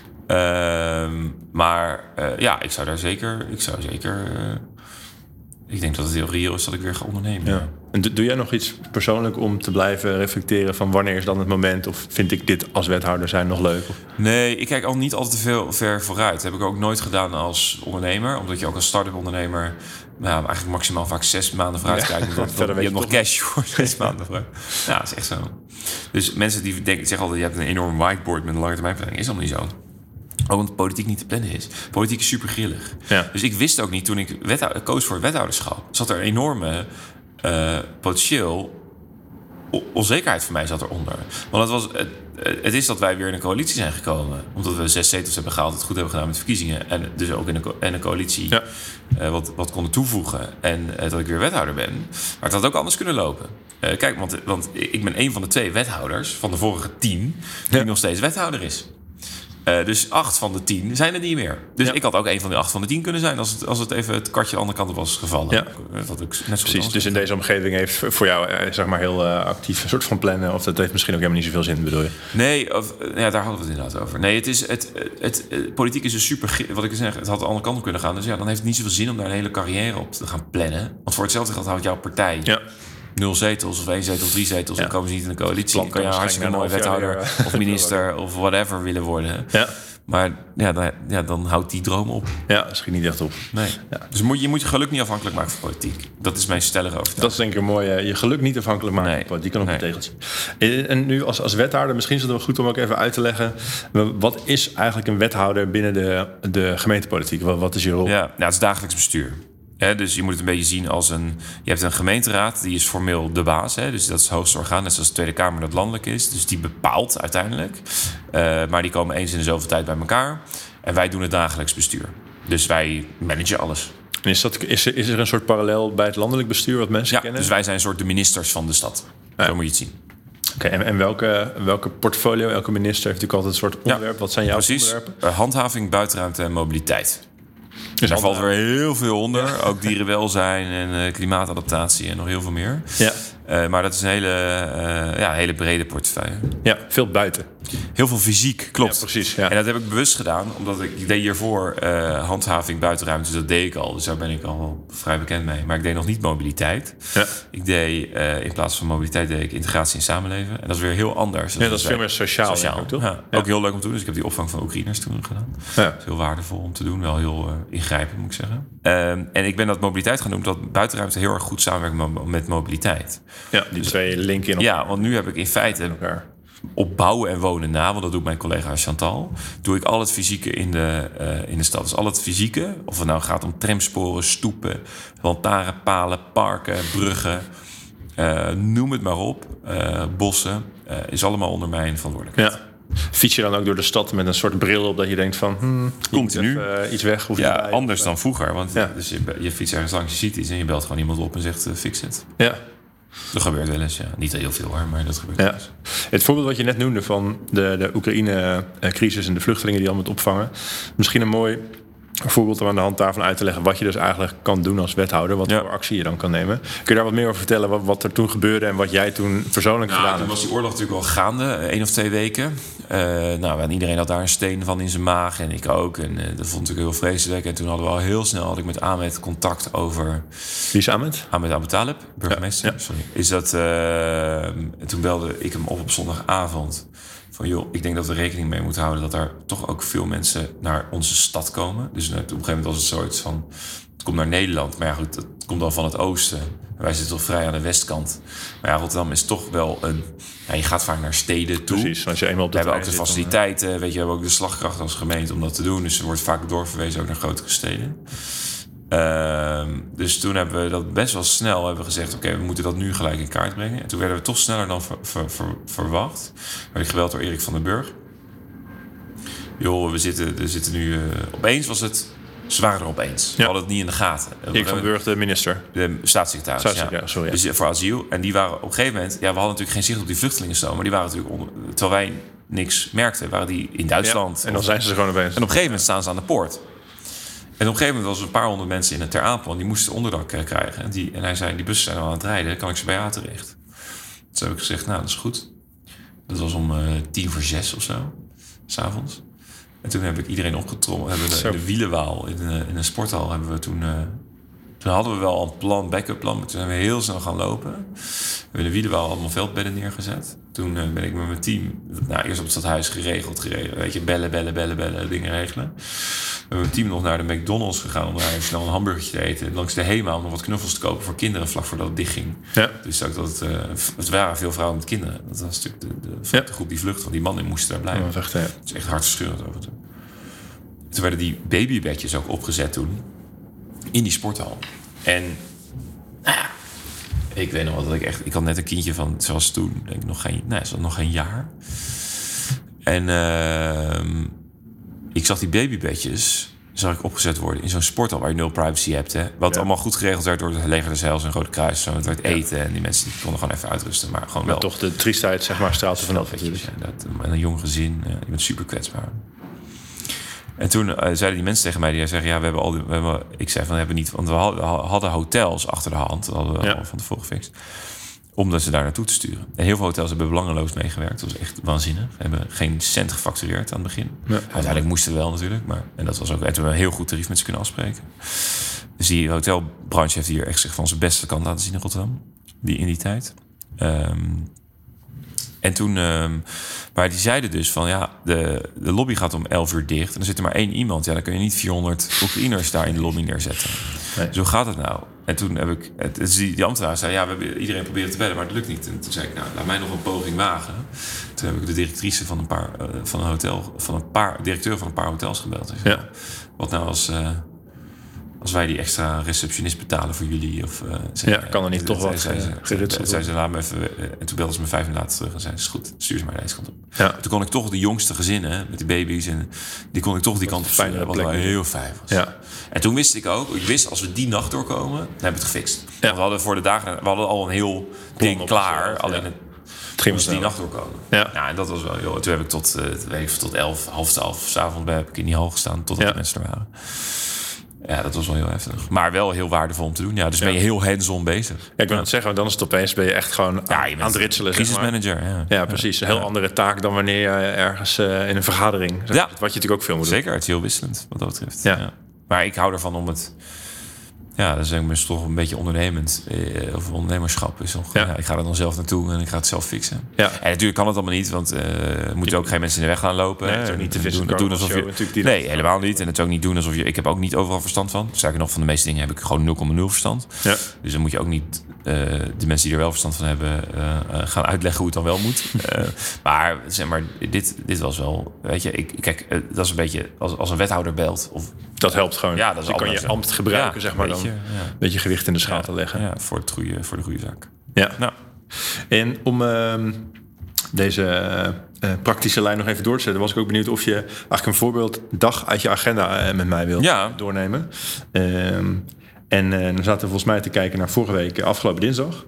Ik zou daar zeker... Ik denk dat het heel reëel is dat ik weer ga ondernemen. Ja. En doe jij nog iets persoonlijk om te blijven reflecteren van wanneer is dan het moment? Of vind ik dit als wethouder zijn nog leuk? Nee, ik kijk al niet altijd te veel ver vooruit. Dat heb ik ook nooit gedaan als ondernemer. Omdat je ook als start-up ondernemer eigenlijk maximaal vaak 6 maanden vooruit kijkt. Je hebt nog cash voor 6 maanden vooruit. Ja, dat is echt zo. Dus mensen die zeggen altijd, je hebt een enorm whiteboard met een lange termijn planning. Is dat niet zo? Ook omdat politiek niet te plannen is. Politiek is super grillig. Ja. Dus ik wist ook niet, toen ik koos voor het wethouderschap, zat er een enorme potentieel onzekerheid voor mij zat eronder. Want het is dat wij weer in een coalitie zijn gekomen. Omdat we 6 zetels hebben gehaald, het goed hebben gedaan met de verkiezingen. En dus ook in een coalitie wat konden toevoegen. En dat ik weer wethouder ben. Maar het had ook anders kunnen lopen. Kijk, want ik ben een van de 2 wethouders van de vorige 10... die nog steeds wethouder is. Dus 8 van de 10 zijn er niet meer. Dus ik had ook een van de 8 van de 10 kunnen zijn... als het even het kartje de andere kant op was gevallen. Ja. Dat ik net precies, dus in deze omgeving heeft voor jou zeg maar heel actief een soort van plannen... of dat heeft misschien ook helemaal niet zoveel zin, bedoel je? Nee, daar hadden we het inderdaad over. Nee, politiek is een super... Wat ik zeg, het had de andere kant op kunnen gaan. Dus dan heeft het niet zoveel zin om daar een hele carrière op te gaan plannen. Want voor hetzelfde geld houdt jouw partij... 0 zetels of 1 zetel of 3 zetels... dan komen ze niet in de coalitie. Dan kan je hartstikke mooi wethouder of minister of whatever willen worden. Ja. Maar dan houdt die droom op. Ja, schiet niet echt op. Nee. Ja. Dus je moet je geluk niet afhankelijk maken van politiek. Dat is mijn stellige overtuiging. Dat is denk ik een mooie... Je geluk niet afhankelijk maken van politiek. Kan op een tegeltje. En nu als wethouder, misschien is het wel goed om ook even uit te leggen... wat is eigenlijk een wethouder binnen de gemeentepolitiek? Wat is je rol? Ja, het is dagelijks bestuur. Dus je moet het een beetje zien als je hebt een gemeenteraad, die is formeel de baas. Dus dat is het hoogste orgaan, net zoals de Tweede Kamer dat landelijk is. Dus die bepaalt uiteindelijk. Maar die komen eens in de zoveel tijd bij elkaar. En wij doen het dagelijks bestuur. Dus wij managen alles. En is er een soort parallel bij het landelijk bestuur wat mensen kennen? Dus wij zijn een soort de ministers van de stad. Zo moet je het zien. Oké, en welke portfolio, elke minister heeft natuurlijk altijd een soort onderwerp. Wat zijn jouw onderwerpen? Handhaving, buitenruimte en mobiliteit. Dus daar valt weer heel veel onder. Ja. Ook dierenwelzijn en klimaatadaptatie en nog heel veel meer. Ja. Maar dat is een hele brede portefeuille. Ja, veel buiten. Heel veel fysiek, klopt. Ja, precies. Ja. En dat heb ik bewust gedaan, omdat ik deed hiervoor handhaving buitenruimte. Dus dat deed ik al. Dus daar ben ik al vrij bekend mee. Maar ik deed nog niet mobiliteit. Ja. Ik deed in plaats van mobiliteit deed ik integratie in samenleven. En dat is weer heel anders. Dat is veel meer sociaal. Toch? Ja. Ook heel leuk om te doen. Dus ik heb die opvang van Oekraïners toen gedaan. Ja. Dat is heel waardevol om te doen. Wel heel ingrijpend, moet ik zeggen. En ik ben dat mobiliteit gaan doen, omdat buitenruimte heel erg goed samenwerkt met mobiliteit. Ja, die 2 linken in elkaar. Ja, want nu heb ik in feite op bouwen en wonen na, want dat doet mijn collega Chantal, doe ik al het fysieke in de stad. Dus al het fysieke, of het nou gaat om tramsporen, stoepen, lantaarnpalen, parken, bruggen, noem het maar op, bossen, is allemaal onder mijn verantwoordelijkheid. Ja. Fiets je dan ook door de stad met een soort bril op dat je denkt van... Continu. Iets weg? Of anders dan vroeger. Want dus je fietst ergens langs, je ziet iets en je belt gewoon iemand op en zegt fix het. Ja. Dat gebeurt wel eens, ja. Niet heel veel hoor, maar dat gebeurt wel eens. Het voorbeeld wat je net noemde van de Oekraïne-crisis en de vluchtelingen die allemaal het opvangen. Misschien een mooi voorbeeld om aan de hand daarvan uit te leggen wat je dus eigenlijk kan doen als wethouder, wat voor actie je dan kan nemen. Kun je daar wat meer over vertellen, wat er toen gebeurde en wat jij toen persoonlijk gedaan hebt? Toen was die oorlog natuurlijk al gaande, 1 of 2 weken. En iedereen had daar een steen van in zijn maag en ik ook. En dat vond ik natuurlijk heel vreselijk. En toen hadden we al heel snel met Ahmed contact over... Wie is Ahmed? Ahmed Taleb, burgemeester. Ja. Sorry. Is dat, toen belde ik hem op zondagavond. Van joh, ik denk dat we rekening mee moeten houden dat er toch ook veel mensen naar onze stad komen. Dus op een gegeven moment was het zoiets van, het komt naar Nederland. Maar ja goed, het komt dan van het oosten. Wij zitten toch vrij aan de westkant. Maar ja, Rotterdam is toch wel een... Ja, je gaat vaak naar steden toe. Precies, als je eenmaal op de we hebben ook de faciliteiten, we hebben ook de slagkracht als gemeente om dat te doen. Dus er wordt vaak doorverwezen ook naar grotere steden. Dus toen hebben we dat best wel snel gezegd, oké, we moeten dat nu gelijk in kaart brengen. En toen werden we toch sneller dan verwacht. Werd ik gebeld door Erik van den Burg. Joh, we zitten nu... opeens was het... Ze waren er opeens. We hadden het niet in de gaten. Erik van den Burg, de minister. De staatssecretaris, sorry. Dus voor asiel. En die waren op een gegeven moment... Ja, we hadden natuurlijk geen zicht op die vluchtelingenstroom. Maar die waren natuurlijk... terwijl wij niks merkten, waren die in Duitsland. En dan zijn ze er gewoon opeens. En op een gegeven moment staan ze aan de poort. op een gegeven moment was er een paar honderd mensen in het Ter Apel... en die moesten onderdak krijgen. En hij zei, die bussen zijn al aan het rijden, kan ik ze bij jou terecht? Dus heb ik gezegd, nou, dat is goed. Dat was om 5:50 of zo, 's avonds. En toen heb ik iedereen opgetrommeld. Hebben de wielenwaal in een sporthal hebben we toen... Toen hadden we wel een backup plan, maar toen zijn we heel snel gaan lopen. We hebben de wielenwaal allemaal veldbedden neergezet. Toen ben ik met mijn team, eerst op het stadhuis geregeld. Weet je, bellen, dingen regelen. We hebben mijn team nog naar de McDonald's gegaan om daar snel een hamburgertje te eten. Langs de HEMA om nog wat knuffels te kopen voor kinderen vlak voordat het dichtging. Ja. Dus ook dat het waren veel vrouwen met kinderen. Dat was natuurlijk de groep die vluchtte, want die mannen moesten daar blijven. Ja, het is echt hartverscheurend over toe. Toen werden die babybedjes ook opgezet toen. In die sporthal. En ik weet nog wel dat ik had net een kindje van, zoals toen, denk ik nog geen jaar. En ik zag die babybedjes opgezet worden in zo'n sporthal waar je nul privacy hebt. Hè, wat allemaal goed geregeld werd door het leger des Heils en Rode Kruis. Zo, het werd eten en die mensen die konden gewoon even uitrusten. Maar gewoon wel. Toch de triestheid, zeg maar, straalt er vanaf. En een jong gezin, je bent super kwetsbaar. En toen zeiden die mensen tegen mij, die zeggen, ja, ik zei van, we hebben niet, want we hadden hotels achter de hand, dat hadden we al van tevoren gefixt, om ze daar naartoe te sturen. En heel veel hotels hebben belangeloos meegewerkt. Dat was echt waanzinnig. We hebben geen cent gefactureerd aan het begin. Ja. Uiteindelijk moesten we wel natuurlijk, en dat was ook, en toen hebben we een heel goed tarief met ze kunnen afspreken. Dus die hotelbranche heeft hier echt zich van zijn beste kant laten zien in Rotterdam, in die tijd. En toen, maar die zeiden dus van, ja, de lobby gaat om 11:00 dicht. En dan zit er maar 1 iemand. Ja, dan kun je niet 400 Oekraïners daar in de lobby neerzetten. Nee. Zo gaat het nou. En toen heb ik, die ambtenaar zei, ja, we hebben iedereen proberen te bellen, maar het lukt niet. En toen zei ik, nou, laat mij nog een poging wagen. Toen heb ik de directrice van directeur van een paar hotels gebeld. Dus, wat nou als wij die extra receptionist betalen voor jullie? Of, kan er niet toch wat geritseld worden? Ze laat me even, en toen belden ze me 5 minuten later terug en zei, is goed, stuur ze maar deze kant op. Ja. Toen kon ik toch de jongste gezinnen met die baby's en die kon ik toch die kant op sturen, wat wel heel fijn was. Ja. En toen wist ik als we die nacht doorkomen, dan hebben we het gefixt. Ja. Want we hadden voor de dagen, we hadden al een heel ding klaar, alleen het moest die nacht doorkomen. Ja. En dat was wel heel. Toen heb ik tot 11, 11:30 s'avonds heb ik in die hal gestaan totdat de mensen er waren. Ja, dat was wel heel heftig. Maar wel heel waardevol om te doen. Ja, dus ben je heel hands-on bezig. Ja, ik wil het zeggen, dan is het opeens ben je echt gewoon aan het ritselen. Crisismanager, ja, precies. Een heel andere taak dan wanneer je ergens in een vergadering... Wat je natuurlijk ook veel moet doen. Zeker, het is heel wisselend wat dat betreft. Ja. Maar ik hou ervan om het... Ja, dat is toch een beetje ondernemend. Of ondernemerschap is nog. Ik ga er dan zelf naartoe en ik ga het zelf fixen. Ja. En natuurlijk kan het allemaal niet, want moet je ook geen mensen in de weg gaan lopen. Nee, het is ook niet te vissen. Doen alsof je. Nee, helemaal niet. En het ook niet doen alsof je. Ik heb ook niet overal verstand van. Sterker nog, van de meeste dingen heb ik gewoon 0,0 verstand. Ja. Dus dan moet je ook niet de mensen die er wel verstand van hebben gaan uitleggen hoe het dan wel moet. Maar zeg maar, dit was wel. Weet je, kijk, dat is een beetje als een wethouder belt of. Dat helpt gewoon. Ja, dat is kan je ambt gebruiken, zeg maar, dan een beetje gewicht in de schaal te leggen. Ja, voor de goede zaak. Ja. Nou. En om deze praktische lijn nog even door te zetten, was ik ook benieuwd of je eigenlijk een voorbeelddag uit je agenda met mij wilt doornemen. En dan zaten we volgens mij te kijken naar vorige week, afgelopen dinsdag.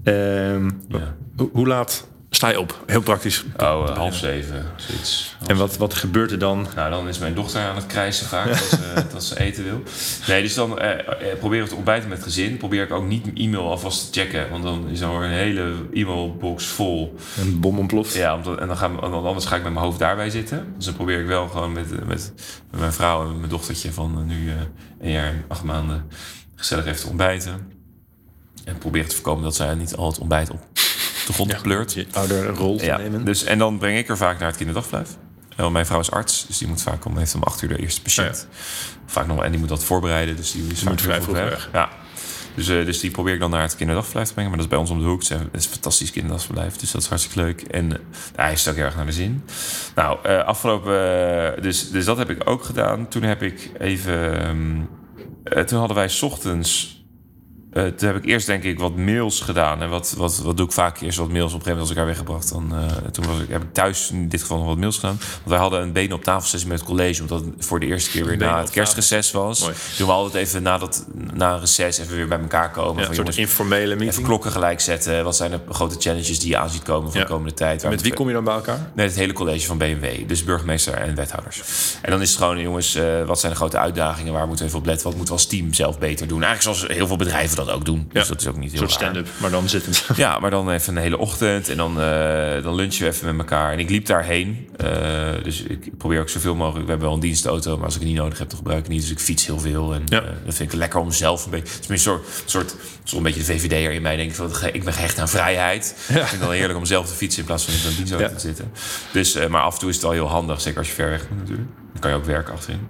Hoe laat sta je op? Heel praktisch. 6:30, zoiets. En wat gebeurt er dan? Nou, dan is mijn dochter aan het krijsen vaak dat ze eten wil. Nee, dus dan probeer ik te ontbijten met het gezin. Probeer ik ook niet mijn e-mail alvast te checken. Want dan is er een hele e-mailbox vol. Een bom ontploft. Ja, anders ga ik met mijn hoofd daarbij zitten. Dus dan probeer ik wel gewoon met mijn vrouw en mijn dochtertje van nu 1 jaar en 8 maanden gezellig even te ontbijten. En probeer te voorkomen dat zij niet al het ontbijt op de grond pleurt. Je ouderrol te nemen. Dus, en dan breng ik er vaak naar het kinderdagverblijf. Mijn vrouw is arts, dus die moet vaak heeft om 8:00 de eerste patiënt. Ja. Vaak nog, en die moet dat voorbereiden, dus die is vaak vrij vroeg weg. Ja. Dus die probeer ik dan naar het kinderdagverblijf te brengen. Maar dat is bij ons om de hoek. Het is een fantastisch kinderdagverblijf, dus dat is hartstikke leuk. En hij heeft ook heel erg naar de zin. Nou, afgelopen... Dus dat heb ik ook gedaan. Toen heb ik even... toen hadden wij 's ochtends... toen heb ik eerst denk ik wat mails gedaan. En wat doe ik vaak? Eerst wat mails. Op een gegeven moment als ik haar weggebracht. Toen heb ik thuis in dit geval nog wat mails gedaan. Want wij hadden een benen op tafel sessie met het college. Omdat het voor de eerste keer weer na het kerstreces was. Mooi. Doen we altijd even na een reces even weer bij elkaar komen. Ja, een soort informele meeting. Even klokken gelijk zetten. Wat zijn de grote challenges die je aan ziet komen voor de komende tijd? Met wie kom je dan bij elkaar? Met het hele college van BMW. Dus burgemeester en wethouders. En dan is het gewoon, jongens, wat zijn de grote uitdagingen? Waar moeten we even op letten? Wat moeten we als team zelf beter doen? Eigenlijk zoals heel veel bedrijven dat ook doen. Dus dat is ook niet heel soort stand-up, maar dan zittend. Ja, maar dan even een hele ochtend. En dan lunchen we even met elkaar. En ik liep daarheen. Dus ik probeer ook zoveel mogelijk. We hebben wel een dienstauto, maar als ik het niet nodig heb, dan gebruik ik niet. Dus ik fiets heel veel. En dat vind ik lekker om zelf een beetje... Het is meer zo'n beetje de VVD'er in mij. Denk ik van, ik ben gehecht aan vrijheid. Ja. Ik vind het dan heerlijk om zelf te fietsen in plaats van in zo'n dienstauto te zitten. Dus, maar af en toe is het wel heel handig. Zeker als je ver weg moet natuurlijk. Dan kan je ook werken achterin.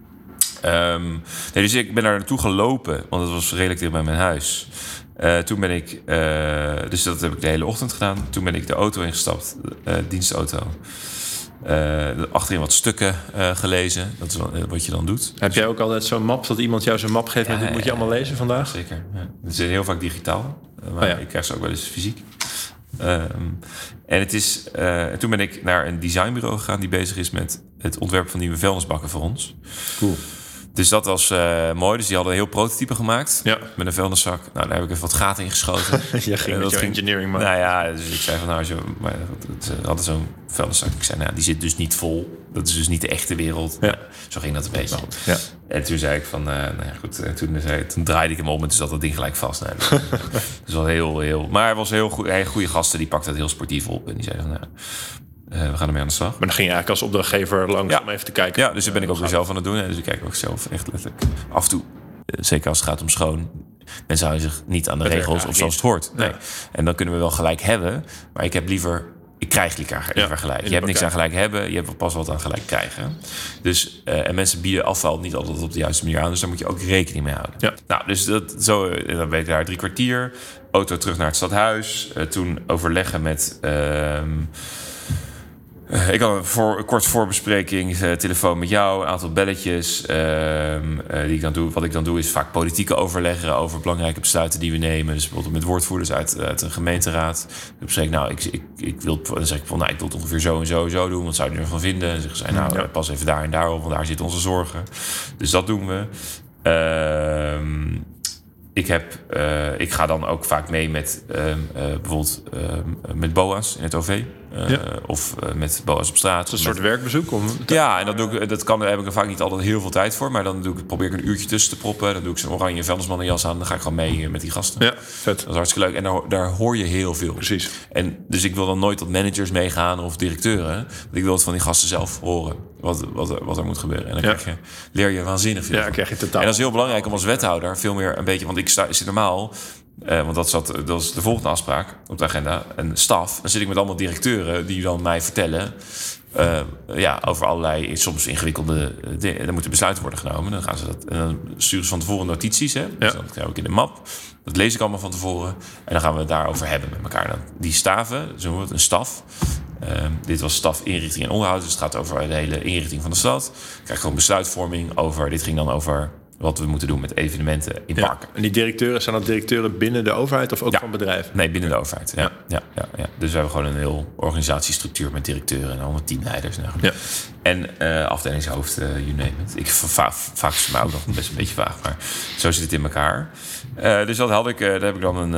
Dus ik ben daar naartoe gelopen. Want het was redelijk dicht bij mijn huis. Toen ben ik... dus dat heb ik de hele ochtend gedaan. Toen ben ik de auto ingestapt. Dienstauto. Achterin wat stukken gelezen. Dat is wat je dan doet. Heb jij ook altijd zo'n map, dat iemand jou zo'n map geeft... en dit moet je allemaal lezen vandaag? Zeker. Ja. Het is heel vaak digitaal. Maar ik krijg ze ook wel eens fysiek. En toen ben ik naar een designbureau gegaan... die bezig is met het ontwerpen van nieuwe vuilnisbakken voor ons. Cool. Dus dat was mooi. Dus die hadden een heel prototype gemaakt. Ja. Met een vuilniszak. Nou, daar heb ik even wat gaten in geschoten. Je ging met jouw engineering maken. Nou ja, dus ik zei van... ze hadden zo'n vuilniszak. Ik zei, die zit dus niet vol. Dat is dus niet de echte wereld. Ja. Zo ging dat een beetje. Ja. En toen zei ik van... goed. Toen draaide ik hem om en toen zat dat ding gelijk vast. Dus wel heel... Maar hij was heel goede gasten. Die pakte het heel sportief op. En die zeiden van... we gaan ermee aan de slag. Maar dan ging je eigenlijk als opdrachtgever langs om even te kijken. Ja, dus dat ben ik ook weer zelf aan het doen. Dus ik kijk ook zelf echt letterlijk af en toe. Zeker als het gaat om schoon. Mensen houden zich niet aan de regels of zoals het hoort. Nee. En dan kunnen we wel gelijk hebben. Maar ik heb liever... Ik krijg liever gelijk. Je hebt niks aan gelijk hebben. Je hebt pas wat aan gelijk krijgen. Dus, en mensen bieden afval niet altijd op de juiste manier aan. Dus daar moet je ook rekening mee houden. Ja. Nou, dus dan ben ik daar 3 kwartier. Auto terug naar het stadhuis. Toen overleggen met... ik had een kort voorbespreking, telefoon met jou, een aantal belletjes. Die ik dan doe. Wat ik dan doe is vaak politieke overleggen over belangrijke besluiten die we nemen. Dus bijvoorbeeld met woordvoerders uit een gemeenteraad. Dan zeg ik, ik wil het ongeveer zo en zo doen. Wat zou je ervan vinden? En zeggen zij, pas even daar en daar op, want daar zitten onze zorgen. Dus dat doen we. Ik ga dan ook vaak mee met bijvoorbeeld met BOA's in het OV. Of met BOA's op straat. Een soort werkbezoek? Ja, en daar heb ik er vaak niet altijd heel veel tijd voor. Maar dan probeer ik een uurtje tussen te proppen. Dan doe ik zo'n oranje vuilnismannenjas aan. Dan ga ik gewoon mee met die gasten. Ja, vet. Dat is hartstikke leuk. En daar hoor je heel veel. Precies. En dus ik wil dan nooit tot managers meegaan of directeuren. Want ik wil het van die gasten zelf horen. Wat er moet gebeuren. En dan leer je waanzinnig veel. Ja, krijg je totaal. En dat is heel belangrijk om als wethouder veel meer een beetje... Want ik zit normaal... want dat was de volgende afspraak op de agenda. En staf. Dan zit ik met allemaal directeuren die dan mij vertellen... over allerlei soms ingewikkelde dingen. Er moeten besluiten worden genomen. Dan gaan ze dat. En dan sturen ze van tevoren notities. Hè? Dus dat krijg ik in de map. Dat lees ik allemaal van tevoren. En dan gaan we het daarover hebben met elkaar. Dan die staven, zo noemen we het, een staf. Dit was staf inrichting en onderhoud. Dus het gaat over de hele inrichting van de stad. Ik krijg gewoon besluitvorming over... Dit ging dan over... wat we moeten doen met evenementen in parken. En die directeuren, zijn dat directeuren binnen de overheid of ook van bedrijven? Nee, binnen de overheid. Ja. Dus we hebben gewoon een heel organisatiestructuur met directeuren en allemaal teamleiders. Ja. En afdelingshoofd, you name it. Vaak is het mij ook nog best een beetje vaag, maar zo zit het in elkaar. Dus dat had ik. Daar heb ik dan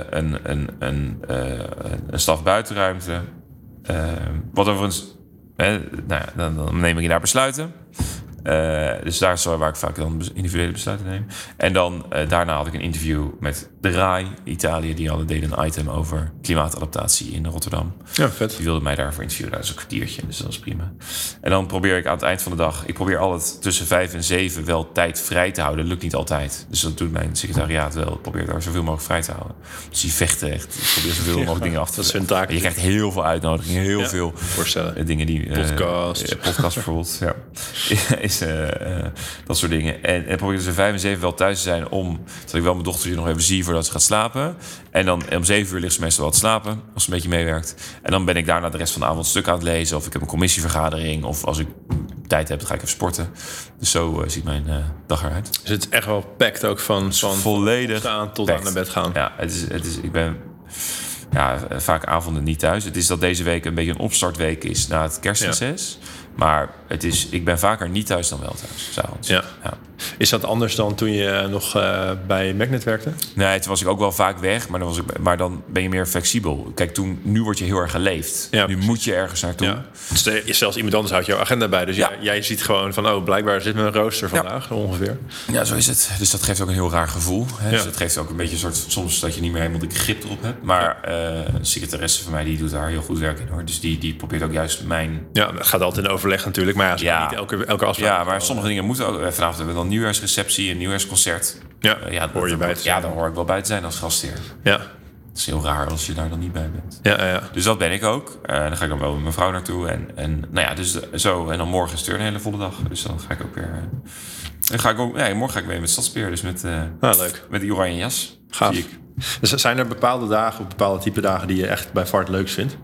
een staf buitenruimte. Wat overigens... dan neem ik daar besluiten. Dus daar is waar ik vaak dan individuele besluiten neem. En dan daarna had ik een interview met de RAI, Italië. Die deden een item over klimaatadaptatie in Rotterdam. Ja, vet. Die wilde mij daarvoor interviewen. Dat is een kwartiertje, dus dat was prima. En dan probeer ik aan het eind van de dag... Ik probeer altijd tussen 5 en 7 wel tijd vrij te houden. Dat lukt niet altijd. Dus dat doet mijn secretariaat wel. Ik probeer daar zoveel mogelijk vrij te houden. Dus die vechten echt. Ik probeer zoveel mogelijk dingen af te... Dat is hun taak. Je krijgt heel veel uitnodigingen. Heel veel dingen die... Podcast bijvoorbeeld, ja. Dat soort dingen. En probeer tussen 5 en 7 wel thuis te zijn... dat ik wel mijn dochtertje nog even zie voordat ze gaat slapen. En dan om 7 uur ligt ze meestal wel te slapen... als ze een beetje meewerkt. En dan ben ik daarna de rest van de avond stuk aan het lezen... of ik heb een commissievergadering... of als ik tijd heb, dan ga ik even sporten. Dus zo ziet mijn dag eruit. Dus het is echt wel packed ook van volledig staan tot packed. aan naar bed gaan. Ja, het is, ik ben vaak avonden niet thuis. Het is dat deze week een beetje een opstartweek is na het kerstreces. Ja. Maar ik ben vaker niet thuis dan wel thuis, 's avonds. Ja. Is dat anders dan toen je nog bij Magnet werkte? Nee, toen was ik ook wel vaak weg, maar dan ben je meer flexibel. Kijk, nu word je heel erg geleefd. Ja, nu moet je ergens naartoe. Ja. Dus zelfs iemand anders houdt jouw agenda bij. Dus jij ziet gewoon van, blijkbaar zit mijn rooster vandaag, ongeveer. Ja, zo is het. Dus dat geeft ook een heel raar gevoel. Hè? Dus dat geeft ook een beetje een soort, soms dat je niet meer helemaal de grip erop hebt. Maar de secretaresse van mij, die doet daar heel goed werk in, hoor. Dus die probeert ook juist mijn... Ja, dat gaat altijd in overleg natuurlijk. Maar niet elke afspraak. Ja, maar sommige dingen moeten ook... Vanavond hebben we dan nieuwjaarsreceptie, een nieuwjaarsconcert. Ja, hoor je bij te zijn. Ja, dan hoor ik wel bij te zijn als gastheer. Ja. Het is heel raar als je daar dan niet bij bent. Ja. Dus dat ben ik ook. Dan ga ik dan wel met mijn vrouw naartoe. En dus zo. En dan morgen is het weer een hele volle dag. Dus dan ga ik ook weer... morgen ga ik weer met Stadsbeheer. Dus leuk. Met die oranje jas. Gaaf. Zie ik. Dus zijn er bepaalde dagen of bepaalde type dagen die je echt bij far het leukst vindt?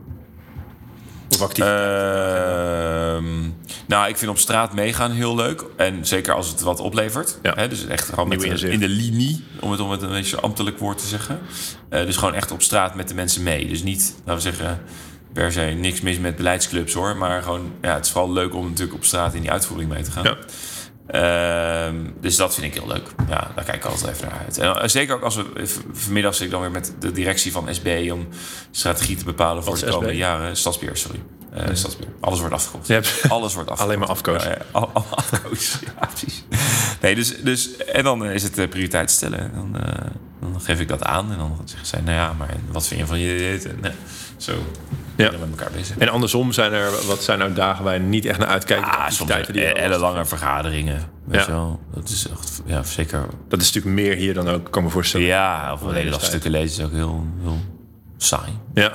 Of activiteiten? Ik vind op straat meegaan heel leuk. En zeker als het wat oplevert. Ja. Dus echt gewoon in de linie, om het een beetje ambtelijk woord te zeggen. Dus gewoon echt op straat met de mensen mee. Dus niet, laten we zeggen, per se niks mis met beleidsclubs, hoor. Maar gewoon, het is vooral leuk om natuurlijk op straat in die uitvoering mee te gaan. Ja. Dus dat vind ik heel leuk. Ja, daar kijk ik altijd even naar uit. En zeker ook als we vanmiddag zit ik dan weer met de directie van SB om strategie te bepalen voor de komende jaren. Stadsbeheer, sorry. Stadsbeheer. Alles wordt afgekocht. Alles wordt afgekocht. Alleen maar afkoos. Allemaal afkoos. Ja, precies. Nee, dus en dan is het prioriteit stellen. Dan geef ik dat aan en dan zeggen zij, maar wat vind je van je dieet? Zo. Ja. Met elkaar bezig. En andersom zijn er dagen waar je niet echt naar uitkijkt. Soms lange vergaderingen. Weet je wel. Dat is echt, zeker. Dat is natuurlijk meer hier dan ook, kan me voorstellen. Ja, of een hele dag stukken lezen is ook heel, heel saai. Ja.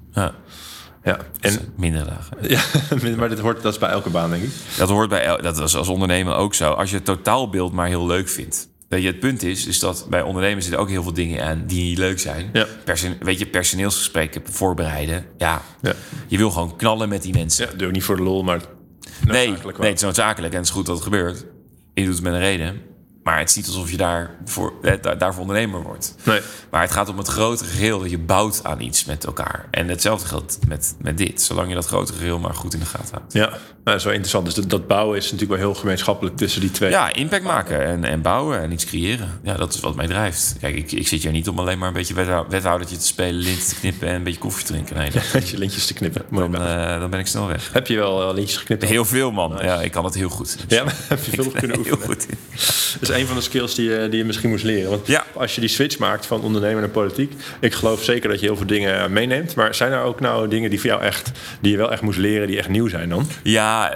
En mindere dagen. Ja, maar dat is bij elke baan, denk ik. Dat is als ondernemer ook zo. Als je het totaalbeeld maar heel leuk vindt. Het punt is dat bij ondernemers zitten ook heel veel dingen aan die niet leuk zijn. Ja. Personeelsgesprekken voorbereiden. Ja. Je wil gewoon knallen met die mensen. Ja, doe niet voor de lol, maar noodzakelijk. Nee, het is noodzakelijk en het is goed dat het gebeurt. Je doet het met een reden. Maar het is niet alsof je daarvoor ondernemer wordt. Nee. Maar het gaat om het grotere geheel dat je bouwt aan iets met elkaar. En hetzelfde geldt met dit. Zolang je dat grotere geheel maar goed in de gaten houdt. Ja, dat is wel interessant. Dus dat bouwen is natuurlijk wel heel gemeenschappelijk tussen die twee. Ja, impact maken en bouwen en iets creëren. Ja, dat is wat mij drijft. Kijk, ik zit hier niet om alleen maar een beetje wethoudertje te spelen, lintjes te knippen en een beetje koffie te drinken. Nee, je lintjes te knippen. Dan ben ik snel weg. Heb je wel lintjes geknipt? Heel veel, man. Nice. Ja, ik kan het heel goed. Ja, heb je veel kunnen oefenen? Heel goed. Dat is een van de skills die je misschien moest leren. Want als je die switch maakt van ondernemer naar politiek, ik geloof zeker dat je heel veel dingen meeneemt. Maar zijn er ook nou dingen die voor jou die je wel echt moest leren, die echt nieuw zijn dan? Ja,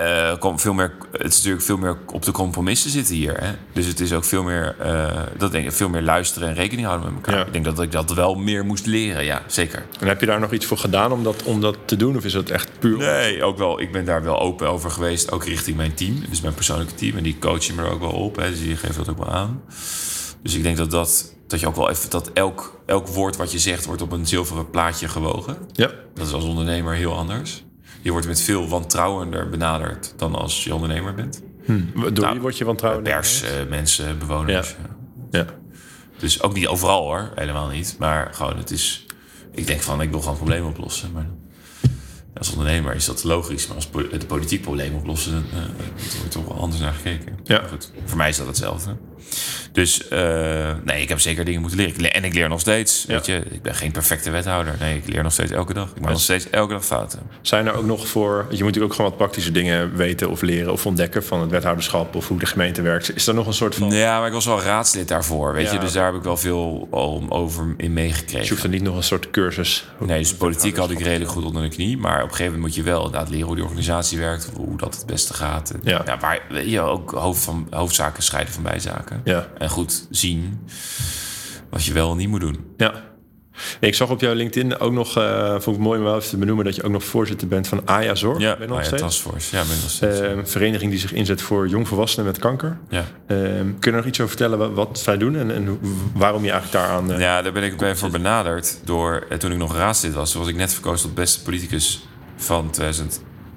het is natuurlijk veel meer op de compromissen zitten hier. Hè? Dus het is ook veel meer, veel meer luisteren en rekening houden met elkaar. Ja. Ik denk dat ik dat wel meer moest leren, ja, zeker. En heb je daar nog iets voor gedaan om dat te doen? Of is dat echt puur? Nee, ook wel. Ik ben daar wel open over geweest, ook richting mijn team. Dus mijn persoonlijke team. En die coachen me er ook wel op. Hè? Dus die geven dat ook wel aan. Dus ik denk dat je ook wel even dat elk woord wat je zegt wordt op een zilveren plaatje gewogen. Ja. Dat is als ondernemer heel anders. Je wordt met veel wantrouwender benaderd dan als je ondernemer bent. Door wie word je wantrouwender? Pers, mensen, bewoners. Ja. Dus ook niet overal, hoor. Helemaal niet. Maar gewoon, het is... Ik denk van, ik wil gewoon problemen oplossen. Maar als ondernemer is dat logisch. Maar als het politiek probleem oplossen, dan wordt toch wel anders naar gekeken. Ja. Goed, voor mij is dat hetzelfde. Dus ik heb zeker dingen moeten leren. En ik leer nog steeds. Ja. Weet je, ik ben geen perfecte wethouder. Nee, ik leer nog steeds elke dag. Ik maak nog steeds elke dag fouten. Zijn er ook nog je moet natuurlijk ook gewoon wat praktische dingen weten of leren of ontdekken van het wethouderschap of hoe de gemeente werkt. Is er nog een soort van... Ja, maar ik was wel raadslid daarvoor. Weet je, dus daar heb ik wel veel over in meegekregen. Dus je hoeft er niet nog een soort cursus... Nee, dus politiek had ik redelijk goed onder de knie. Maar op een gegeven moment moet je wel inderdaad leren hoe die organisatie werkt. Hoe dat het beste gaat. Ja, waar je ook hoofdzaken scheiden van bijzaken. Ja. En goed zien wat je wel en niet moet doen. Ja. Ik zag op jouw LinkedIn ook nog, vond ik mooi om wel even te benoemen, dat je ook nog voorzitter bent van AYA Zorg. Ja, AYA Taskforce. Ja, ben nog steeds. Een vereniging die zich inzet voor jongvolwassenen met kanker. Ja. Kun je er nog iets over vertellen wat zij doen en waarom je eigenlijk daaraan... Ja, daar ben ik voor benaderd door, toen ik nog raadslid was. Toen was ik net verkozen tot beste politicus van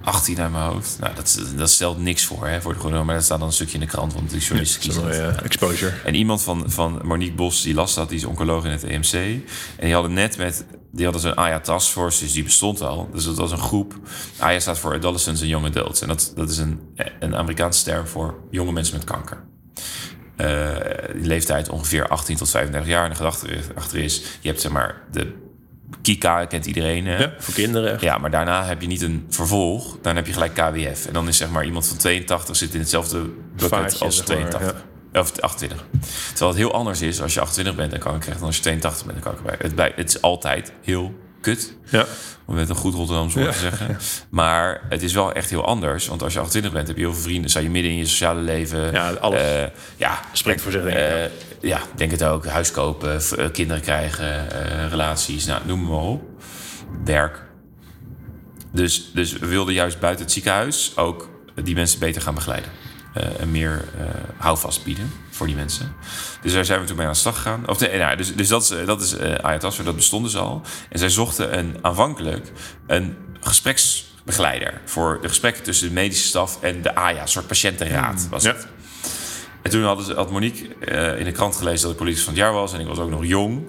18 uit mijn hoofd. Nou, dat stelt niks voor, hè, voor de groene, maar dat staat dan een stukje in de krant, want die journalisten kiezen dat. Exposure. En iemand van Monique Bos, die las dat, die is oncoloog in het EMC. En die hadden zo'n AYA Taskforce, dus die bestond al. Dus dat was een groep. AYA staat voor Adolescents and Young Adults. En dat is een Amerikaanse term voor jonge mensen met kanker. Die leeftijd ongeveer 18 tot 35 jaar. En de gedachte achter is, je hebt zeg maar de Kika, kent iedereen. Hè? Ja, voor kinderen. Echt. Ja, maar daarna heb je niet een vervolg. Dan heb je gelijk KWF. En dan is zeg maar iemand van 82 zit in hetzelfde bucket als 82. Ja. Of 28. Terwijl het heel anders is als je 28 bent en kanker krijgt dan als je 82 bent en kanker krijgt. Het is altijd heel kut. Ja. Om met een goed Rotterdamse woord te zeggen. Ja. Maar het is wel echt heel anders. Want als je 28 bent, heb je heel veel vrienden. Sta je midden in je sociale leven. Ja, alles spreekt voor zich, denk ik. Ja, denk het ook. Huis kopen, kinderen krijgen, relaties. Nou, noem maar op. Werk. Dus we wilden juist buiten het ziekenhuis ook die mensen beter gaan begeleiden. En meer houvast bieden voor die mensen. Dus daar zijn we toen mee aan de slag gegaan. Dus dat is AYA Taskforce, dat bestond dus al. En zij zochten aanvankelijk een gespreksbegeleider voor de gesprekken tussen de medische staf en de AYA, een soort patiëntenraad was het. En toen had Monique in de krant gelezen dat ik politicus van het jaar was. En ik was ook nog jong.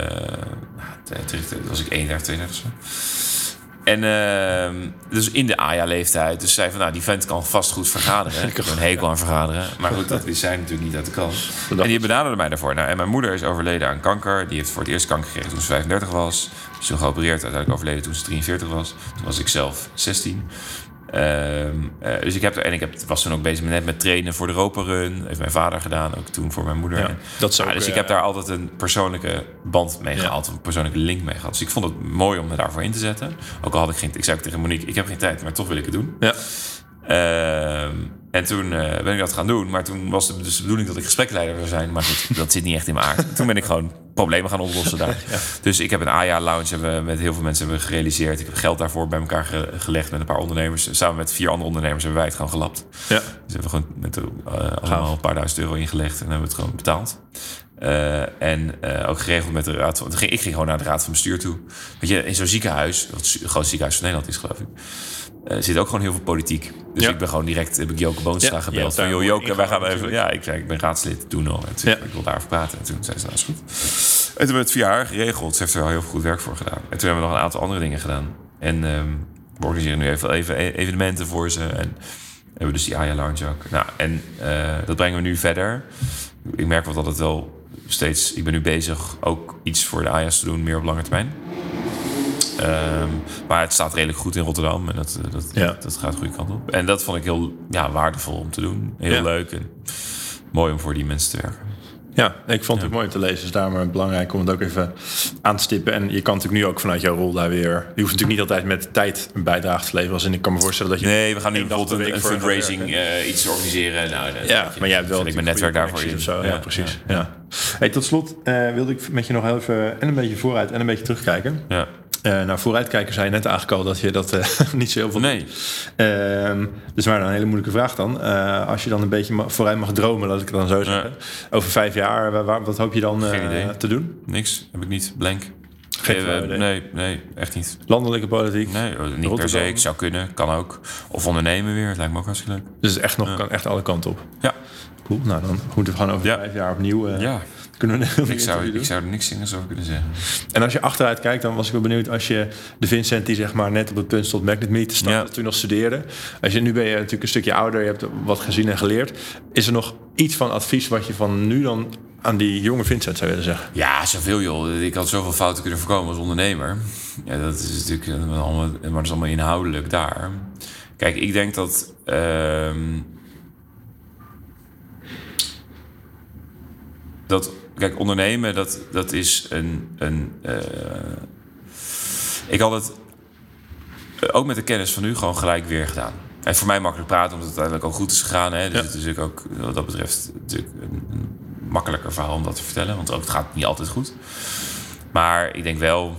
Was ik 31, 32 zo. En dus in de AYA-leeftijd. Dus zei van, die vent kan vast goed vergaderen. Ik heb een hekel aan vergaderen. Maar goed, dat wist zij natuurlijk niet uit de kant. En die benaderde mij daarvoor. En mijn moeder is overleden aan kanker. Die heeft voor het eerst kanker gekregen toen ze 35 was. Is toen geopereerd, uiteindelijk overleden toen ze 43 was. Toen was ik zelf 16. Dus was toen ook bezig met trainen voor de Europa Run. Heeft mijn vader gedaan, ook toen voor mijn moeder. Ja, dus ik heb daar altijd een persoonlijke band mee gehaald. Een persoonlijke link mee gehad. Dus ik vond het mooi om me daarvoor in te zetten. Ook al had ik zei tegen Monique, ik heb geen tijd, maar toch wil ik het doen. Ja. En toen ben ik dat gaan doen. Maar toen was het dus de bedoeling dat ik gespreksleider zou zijn. Maar goed, dat zit niet echt in mijn aard. Toen ben ik gewoon problemen gaan oplossen daar. Ja. Dus ik heb een AYA-lounge met heel veel mensen gerealiseerd. Ik heb geld daarvoor bij elkaar gelegd met een paar ondernemers. Samen met 4 andere ondernemers hebben wij het gewoon gelapt. Ja. Dus hebben we gewoon met allemaal een paar duizend euro ingelegd. En hebben we het gewoon betaald. Ook geregeld met de raad. Ik ging gewoon naar de raad van bestuur toe. Weet je, in zo'n ziekenhuis, wat het grootste ziekenhuis van Nederland is, geloof ik. Zit ook gewoon heel veel politiek. Dus ik ben gewoon direct, heb ik Joke Boonstra gebeld. Van, Joke, wij gaan even... Ja, ik zei, ik ben raadslid, doe nog. Ik wil daarover praten. En toen zei ze, is goed. En toen hebben we het 4 jaar geregeld. Ze heeft er wel heel veel goed werk voor gedaan. En toen hebben we nog een aantal andere dingen gedaan. En we organiseren nu even evenementen voor ze. En hebben we dus die AYA Lounge ook. Nou, en dat brengen we nu verder. Ik merk wel dat het wel steeds... Ik ben nu bezig ook iets voor de AYA's te doen, meer op lange termijn. Maar het staat redelijk goed in Rotterdam. En dat gaat de goede kant op. En dat vond ik heel waardevol om te doen. Heel leuk en mooi om voor die mensen te werken. Ja, ik vond het mooi om te lezen. Dus daarom belangrijk om het ook even aan te stippen. En je kan natuurlijk nu ook vanuit jouw rol daar weer... Je hoeft natuurlijk niet altijd met tijd een bijdrage te leveren. Als in, ik kan me voorstellen dat je... Nee, we gaan nu bijvoorbeeld een fundraising iets organiseren. Nou, maar jij hebt wel... Ik mijn netwerk daarvoor in. Zo. Ja, precies. Ja. Hey, tot slot wilde ik met je nog heel even... en een beetje vooruit en een beetje terugkijken. Ja. Vooruitkijken zei je net eigenlijk al dat je dat niet zo heel veel... Nee. Dus maar een hele moeilijke vraag dan. Als je dan een beetje vooruit mag dromen, laat ik het dan zo zeggen. Ja. Over 5 jaar, wat hoop je dan te doen? Niks, heb ik niet. Blank. Nee, echt niet. Landelijke politiek? Nee, niet Rotterdam. Per se. Ik zou kunnen, kan ook. Of ondernemen weer, het lijkt me ook hartstikke leuk. Dus het kan echt alle kanten op? Ja. Cool, nou dan moeten we gewoon over 5 jaar opnieuw... Kunnen we ik zou er niks zinnigs over kunnen zeggen. En als je achteruit kijkt, dan was ik wel benieuwd... als je de Vincent die zeg maar net op het punt stond... Magnet Me te starten, toen nog studeerde. Nu ben je natuurlijk een stukje ouder... je hebt wat gezien en geleerd. Is er nog iets van advies wat je van nu dan... aan die jonge Vincent zou willen zeggen? Ja, zoveel joh. Ik had zoveel fouten kunnen voorkomen als ondernemer. Ja, dat is natuurlijk allemaal... maar dat is allemaal inhoudelijk daar. Kijk, ik denk dat... Kijk, ondernemen, dat is ik had het ook met de kennis van nu gewoon gelijk weer gedaan. En voor mij makkelijk praten, omdat het uiteindelijk ook goed is gegaan. Hè? Dus het is natuurlijk ook, wat dat betreft, natuurlijk een makkelijker verhaal om dat te vertellen. Want het gaat niet altijd goed. Maar ik denk wel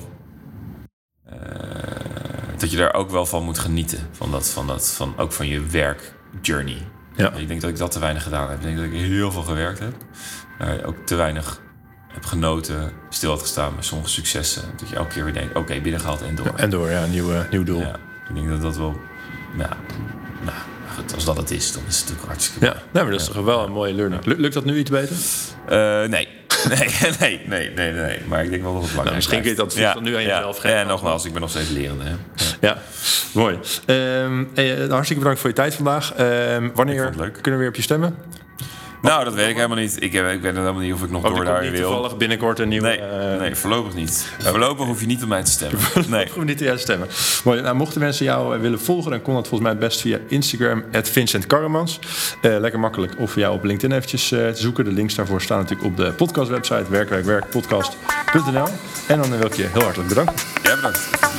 dat je daar ook wel van moet genieten. Ook van je werkjourney. Ja. Ik denk dat ik dat te weinig gedaan heb. Ik denk dat ik heel veel gewerkt heb. Ook te weinig heb genoten, stil had gestaan met sommige successen. Dat je elke keer weer denkt, oké, binnengehaald en door. Ja, en door, nieuw doel. Ja, ik denk dat dat wel goed, als dat het is, dan is het natuurlijk hartstikke... Ja, maar dat is toch wel een mooie learning. Lukt dat nu iets beter? Nee. Nee. Maar ik denk wel dat het langer misschien kun je dat van nu aan jezelf geven. Ja, nogmaals, ik ben nog steeds lerende. Hè? Ja, mooi. Hartstikke bedankt voor je tijd vandaag. Wanneer kunnen we weer op je stemmen? Nou, dat weet ik helemaal niet. Ik weet helemaal niet of ik nog door daar wil. Toevallig binnenkort een nieuwe... Nee, voorlopig niet. Voorlopig hoef je niet op mij te stemmen. Nee. Hoef je niet te jou stemmen. Mooi. Nou, mochten mensen jou willen volgen, dan kon dat volgens mij het best via Instagram @VincentKarremans. Lekker makkelijk. Of jou op LinkedIn eventjes te zoeken. De links daarvoor staan natuurlijk op de podcastwebsite werkwerkwerkpodcast.nl. En dan wil ik je heel hartelijk bedanken. Ja, bedankt.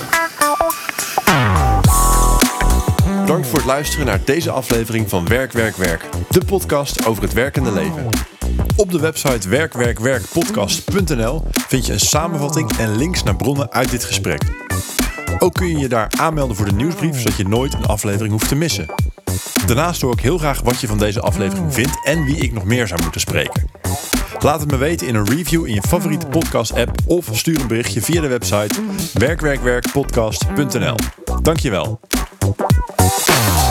Bedankt voor het luisteren naar deze aflevering van Werk, Werk, Werk. De podcast over het werkende leven. Op de website werkwerkwerkpodcast.nl vind je een samenvatting en links naar bronnen uit dit gesprek. Ook kun je je daar aanmelden voor de nieuwsbrief, zodat je nooit een aflevering hoeft te missen. Daarnaast hoor ik heel graag wat je van deze aflevering vindt en wie ik nog meer zou moeten spreken. Laat het me weten in een review in je favoriete podcast-app of stuur een berichtje via de website werkwerkwerkpodcast.nl. Dankjewel.